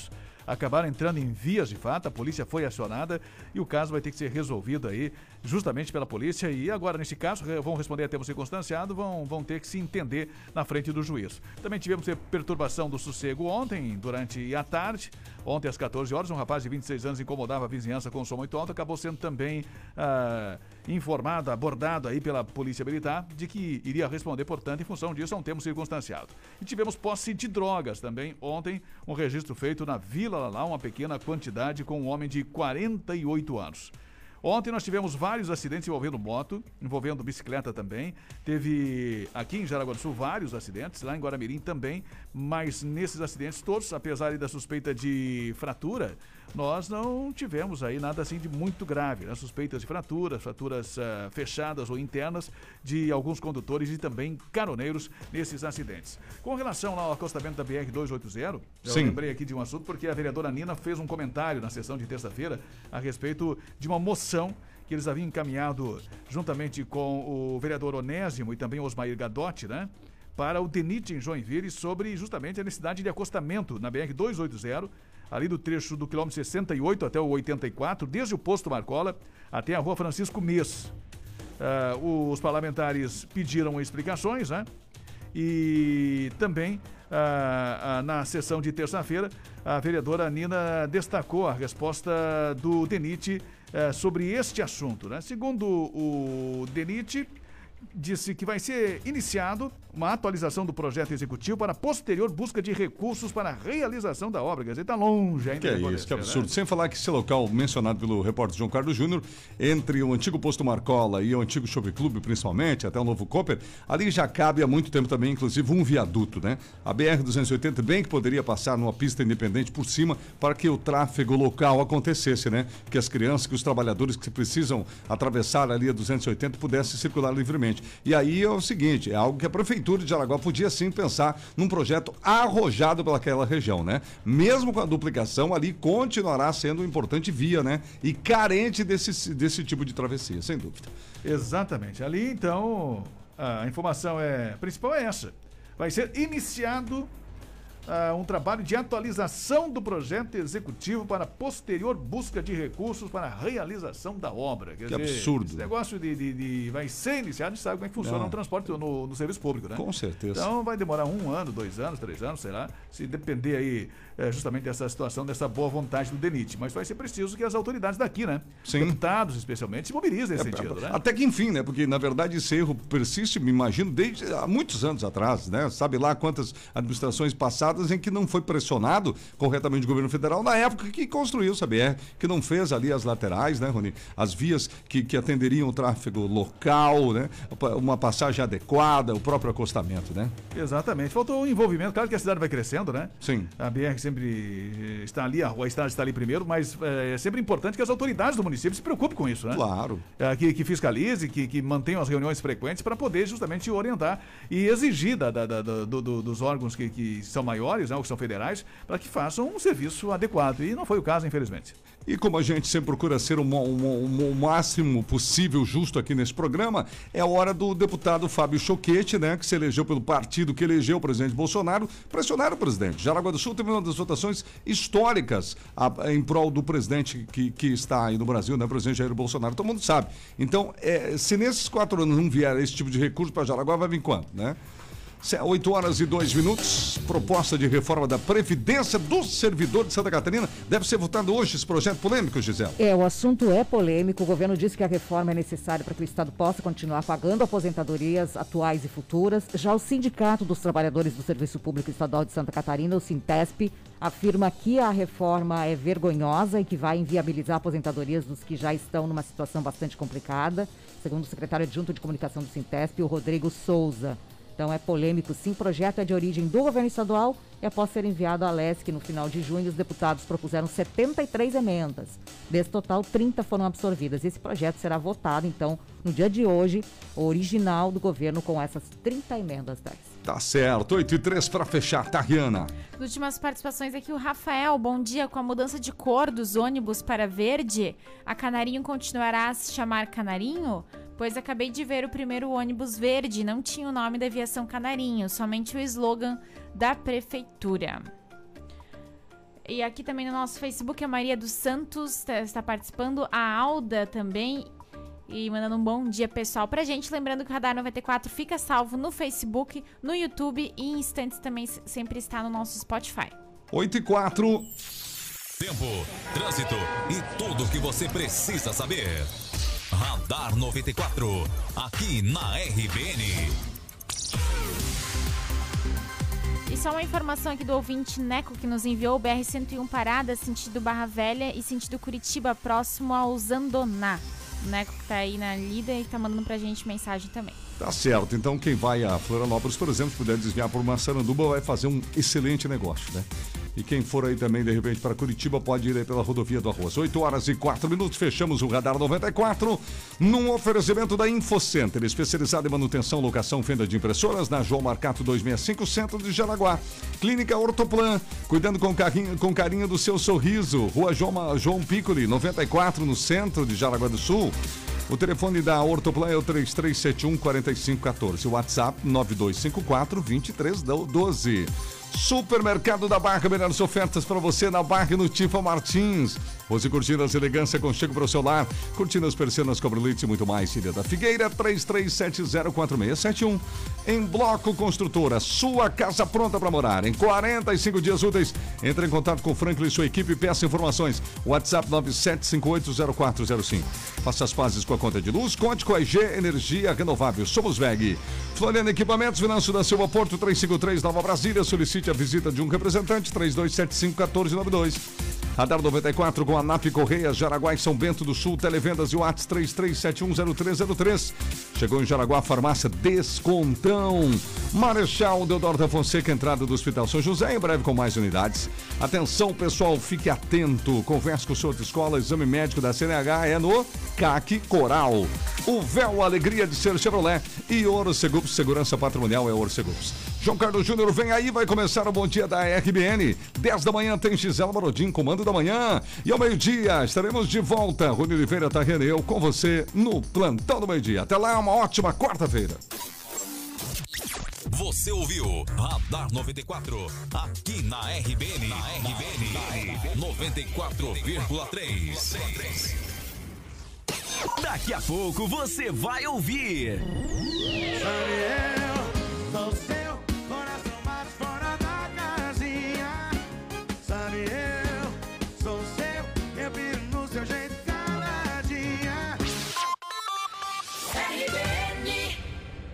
Speaker 5: acabaram entrando em vias de fato, a polícia foi acionada e o caso vai ter que ser resolvido aí justamente pela polícia e agora, nesse caso, vão responder a termo circunstanciado, vão, vão ter que se entender na frente do juiz. Também tivemos perturbação do sossego ontem, durante a tarde, ontem às quatorze horas, um rapaz de vinte e seis anos incomodava a vizinhança com som muito alto, acabou sendo também ah, informado, abordado aí pela polícia militar de que iria responder, portanto, em função disso, a um termo circunstanciado. E tivemos posse de drogas também ontem, um registro feito na Vila Lalá, uma pequena quantidade com um homem de quarenta e oito anos. Ontem nós tivemos vários acidentes envolvendo moto, envolvendo bicicleta também. Teve aqui em Jaraguá do Sul vários acidentes, lá em Guaramirim também, mas nesses acidentes todos, apesar da suspeita de fratura, nós não tivemos aí nada assim de muito grave, né? Suspeitas de fraturas, fraturas uh, fechadas ou internas de alguns condutores e também caroneiros nesses acidentes. Com relação ao acostamento da B R duzentos e oitenta, eu
Speaker 1: Sim.
Speaker 5: lembrei aqui de um assunto porque a vereadora Nina fez um comentário na sessão de terça-feira a respeito de uma moção que eles haviam encaminhado juntamente com o vereador Onésimo e também Osmair Gadotti, né? Para o DENIT em Joinville sobre justamente a necessidade de acostamento na B R duzentos e oitenta, ali do trecho do quilômetro sessenta e oito até o oitenta e quatro, desde o posto Marcola até a rua Francisco Mês. Uh, os parlamentares pediram explicações, né? E também uh, uh, na sessão de terça-feira, a vereadora Nina destacou a resposta do DENIT uh, sobre este assunto, né? Segundo o DENIT, disse que vai ser iniciado uma atualização do projeto executivo para posterior busca de recursos para a realização da obra. Quer dizer, está longe ainda.
Speaker 1: Que é isso, que absurdo. Né? Sem falar que esse local mencionado pelo repórter João Carlos Júnior, entre o antigo posto Marcola e o antigo Shopping Clube, principalmente, até o novo Cooper, ali já cabe há muito tempo também, inclusive, um viaduto, né? A B R duzentos e oitenta bem que poderia passar numa pista independente por cima para que o tráfego local acontecesse, né? Que as crianças, que os trabalhadores que precisam atravessar ali a duzentos e oitenta pudessem circular livremente. E aí é o seguinte, é algo que a prefeitura de Jaraguá podia sim pensar num projeto arrojado pelaquela região, né? Mesmo com a duplicação, ali continuará sendo uma importante via, né? E carente desse, desse tipo de travessia, sem dúvida.
Speaker 5: Exatamente. Ali, então, a informação é, principal é essa. Vai ser iniciado Uh, um trabalho de atualização do projeto executivo para posterior busca de recursos para a realização da obra. Quer
Speaker 1: que
Speaker 5: dizer,
Speaker 1: absurdo.
Speaker 5: Esse negócio de, de, de vai ser iniciado, a gente sabe como é que funciona
Speaker 1: Não.
Speaker 5: o transporte no, no serviço público, né?
Speaker 1: Com certeza.
Speaker 5: Então vai demorar um ano, dois anos, três anos, sei lá, se depender aí é, justamente dessa situação, dessa boa vontade do DENIT. Mas vai ser preciso que as autoridades daqui, né?
Speaker 1: Sim.
Speaker 5: Deputados, especialmente, se mobilizem nesse
Speaker 1: É,
Speaker 5: sentido, né?
Speaker 1: Até que enfim, né? Porque, na verdade, esse erro persiste, me imagino, desde há muitos anos atrás, né? Sabe lá quantas administrações passadas em que não foi pressionado corretamente o governo federal na época que construiu essa B R, que não fez ali as laterais, né, Rony? As vias que, que atenderiam o tráfego local, né? Uma passagem adequada, o próprio acostamento, né?
Speaker 5: Exatamente. Faltou o envolvimento. Claro que a cidade vai crescendo, né?
Speaker 1: Sim.
Speaker 5: A B R sempre está ali, a rua estrada está ali primeiro, mas é sempre importante que as autoridades do município se preocupem com isso, né?
Speaker 1: Claro.
Speaker 5: É, que, que fiscalize, que, que mantenham as reuniões frequentes para poder justamente orientar e exigir da, da, da, do, do, dos órgãos que, que são maiores, né, ou que são federais, para que façam um serviço adequado. E não foi o caso, infelizmente.
Speaker 1: E como a gente sempre procura ser o, o, o máximo possível justo aqui nesse programa, é a hora do deputado Fábio Choquete, né, que se elegeu pelo partido que elegeu o presidente Bolsonaro, pressionar o presidente. Jaraguá do Sul teve uma das votações históricas a, em prol do presidente que, que está aí no Brasil, né, o presidente Jair Bolsonaro, todo mundo sabe. Então, é, se nesses quatro anos não vier esse tipo de recurso para Jaraguá, vai vir quando, né? oito horas e dois minutos, proposta de reforma da Previdência do servidor de Santa Catarina. Deve ser votado hoje esse projeto polêmico, Gisele?
Speaker 9: É, o assunto é polêmico. O governo diz que a reforma é necessária para que o Estado possa continuar pagando aposentadorias atuais e futuras. Já o Sindicato dos Trabalhadores do Serviço Público Estadual de Santa Catarina, o Sintesp, afirma que a reforma é vergonhosa e que vai inviabilizar aposentadorias dos que já estão numa situação bastante complicada, segundo o secretário adjunto de comunicação do Sintesp, o Rodrigo Souza. Então é polêmico sim, o projeto é de origem do governo estadual e após ser enviado à Lesc no final de junho, os deputados propuseram setenta e três emendas. Desse total, trinta foram absorvidas. Esse projeto será votado, então, no dia de hoje, o original do governo com essas trinta emendas. dez.
Speaker 1: Tá certo, oito e três para fechar, tá, Rihanna?
Speaker 11: Últimas participações aqui, o Rafael, bom dia. Com a mudança de cor dos ônibus para verde, a Canarinho continuará a se chamar Canarinho? Pois acabei de ver o primeiro ônibus verde, não tinha o nome da aviação Canarinho, somente o slogan da prefeitura. E aqui também no nosso Facebook, a Maria dos Santos tá, está participando, a Alda também, e mandando um bom dia pessoal pra gente. Lembrando que o Radar noventa e quatro fica salvo no Facebook, no YouTube e em instantes também sempre está no nosso Spotify.
Speaker 1: oito e quatro.
Speaker 2: Tempo, trânsito e tudo o que você precisa saber. Radar noventa e quatro, aqui na R B N.
Speaker 11: E só uma informação aqui do ouvinte Neco que nos enviou: o B R cento e um parada, sentido Barra Velha e sentido Curitiba, próximo ao Zandoná. O Neco que tá aí na lida e tá mandando pra gente mensagem também.
Speaker 1: Tá certo, então quem vai a Florianópolis, por exemplo, puder desviar por Massaranduba, vai fazer um excelente negócio, né? E quem for aí também, de repente, para Curitiba, pode ir aí pela rodovia do Arroz. oito horas e quatro minutos, fechamos o Radar noventa e quatro, num oferecimento da InfoCenter, especializada em manutenção, locação, venda de impressoras, na João Marcato duzentos e sessenta e cinco, centro de Jaraguá. Clínica Ortoplan, cuidando com carinho, com carinho do seu sorriso. Rua João, João Piccoli, noventa e quatro, no centro de Jaraguá do Sul. O telefone da Ortoplan é o três três sete um, quatro cinco um quatro. O WhatsApp nove dois cinco quatro, dois três um dois. Supermercado da Barra, melhores ofertas para você na Barra e no Tifa Martins. Você curtindo as elegâncias, conchego para o seu lar, curtindo as persianas, cobre-leite e muito mais. Ilha da Figueira, três três sete zero, quatro seis sete um. Em Bloco Construtora, sua casa pronta para morar. Em quarenta e cinco dias úteis, entre em contato com o Franklin e sua equipe e peça informações. WhatsApp nove sete cinco oito zero quatro zero cinco. Faça as pazes com a conta de luz, conte com a I G Energia Renovável. Somos W E G. Floriano Equipamentos, Venâncio da Silva Porto, trezentos e cinquenta e três, Nova Brasília. Solicite a visita de um representante, três dois sete cinco, um quatro nove dois. Radar noventa e quatro com a N A P Correia, Jaraguá e São Bento do Sul, televendas e WhatsApp três três sete um zero três zero três. Chegou em Jaraguá, farmácia Descontão. Marechal Deodoro da Fonseca, entrada do Hospital São José, em breve com mais unidades. Atenção pessoal, fique atento, converse com o senhor de escola, exame médico da C N H é no C A C Coral. O véu, a alegria de ser Chevrolet e Orcegups, segurança patrimonial é Orcegups. João Carlos Júnior vem aí, vai começar o Bom Dia da R B N. dez da manhã tem Gisela Marodim, comando da manhã. E ao meio-dia estaremos de volta. Rony Oliveira, Tarrene, eu com você no Plantão do Meio-Dia. Até lá, uma ótima quarta-feira.
Speaker 2: Você ouviu Radar noventa e quatro, aqui na R B N. Na R B N, noventa e quatro vírgula três.
Speaker 13: Daqui a pouco você vai ouvir.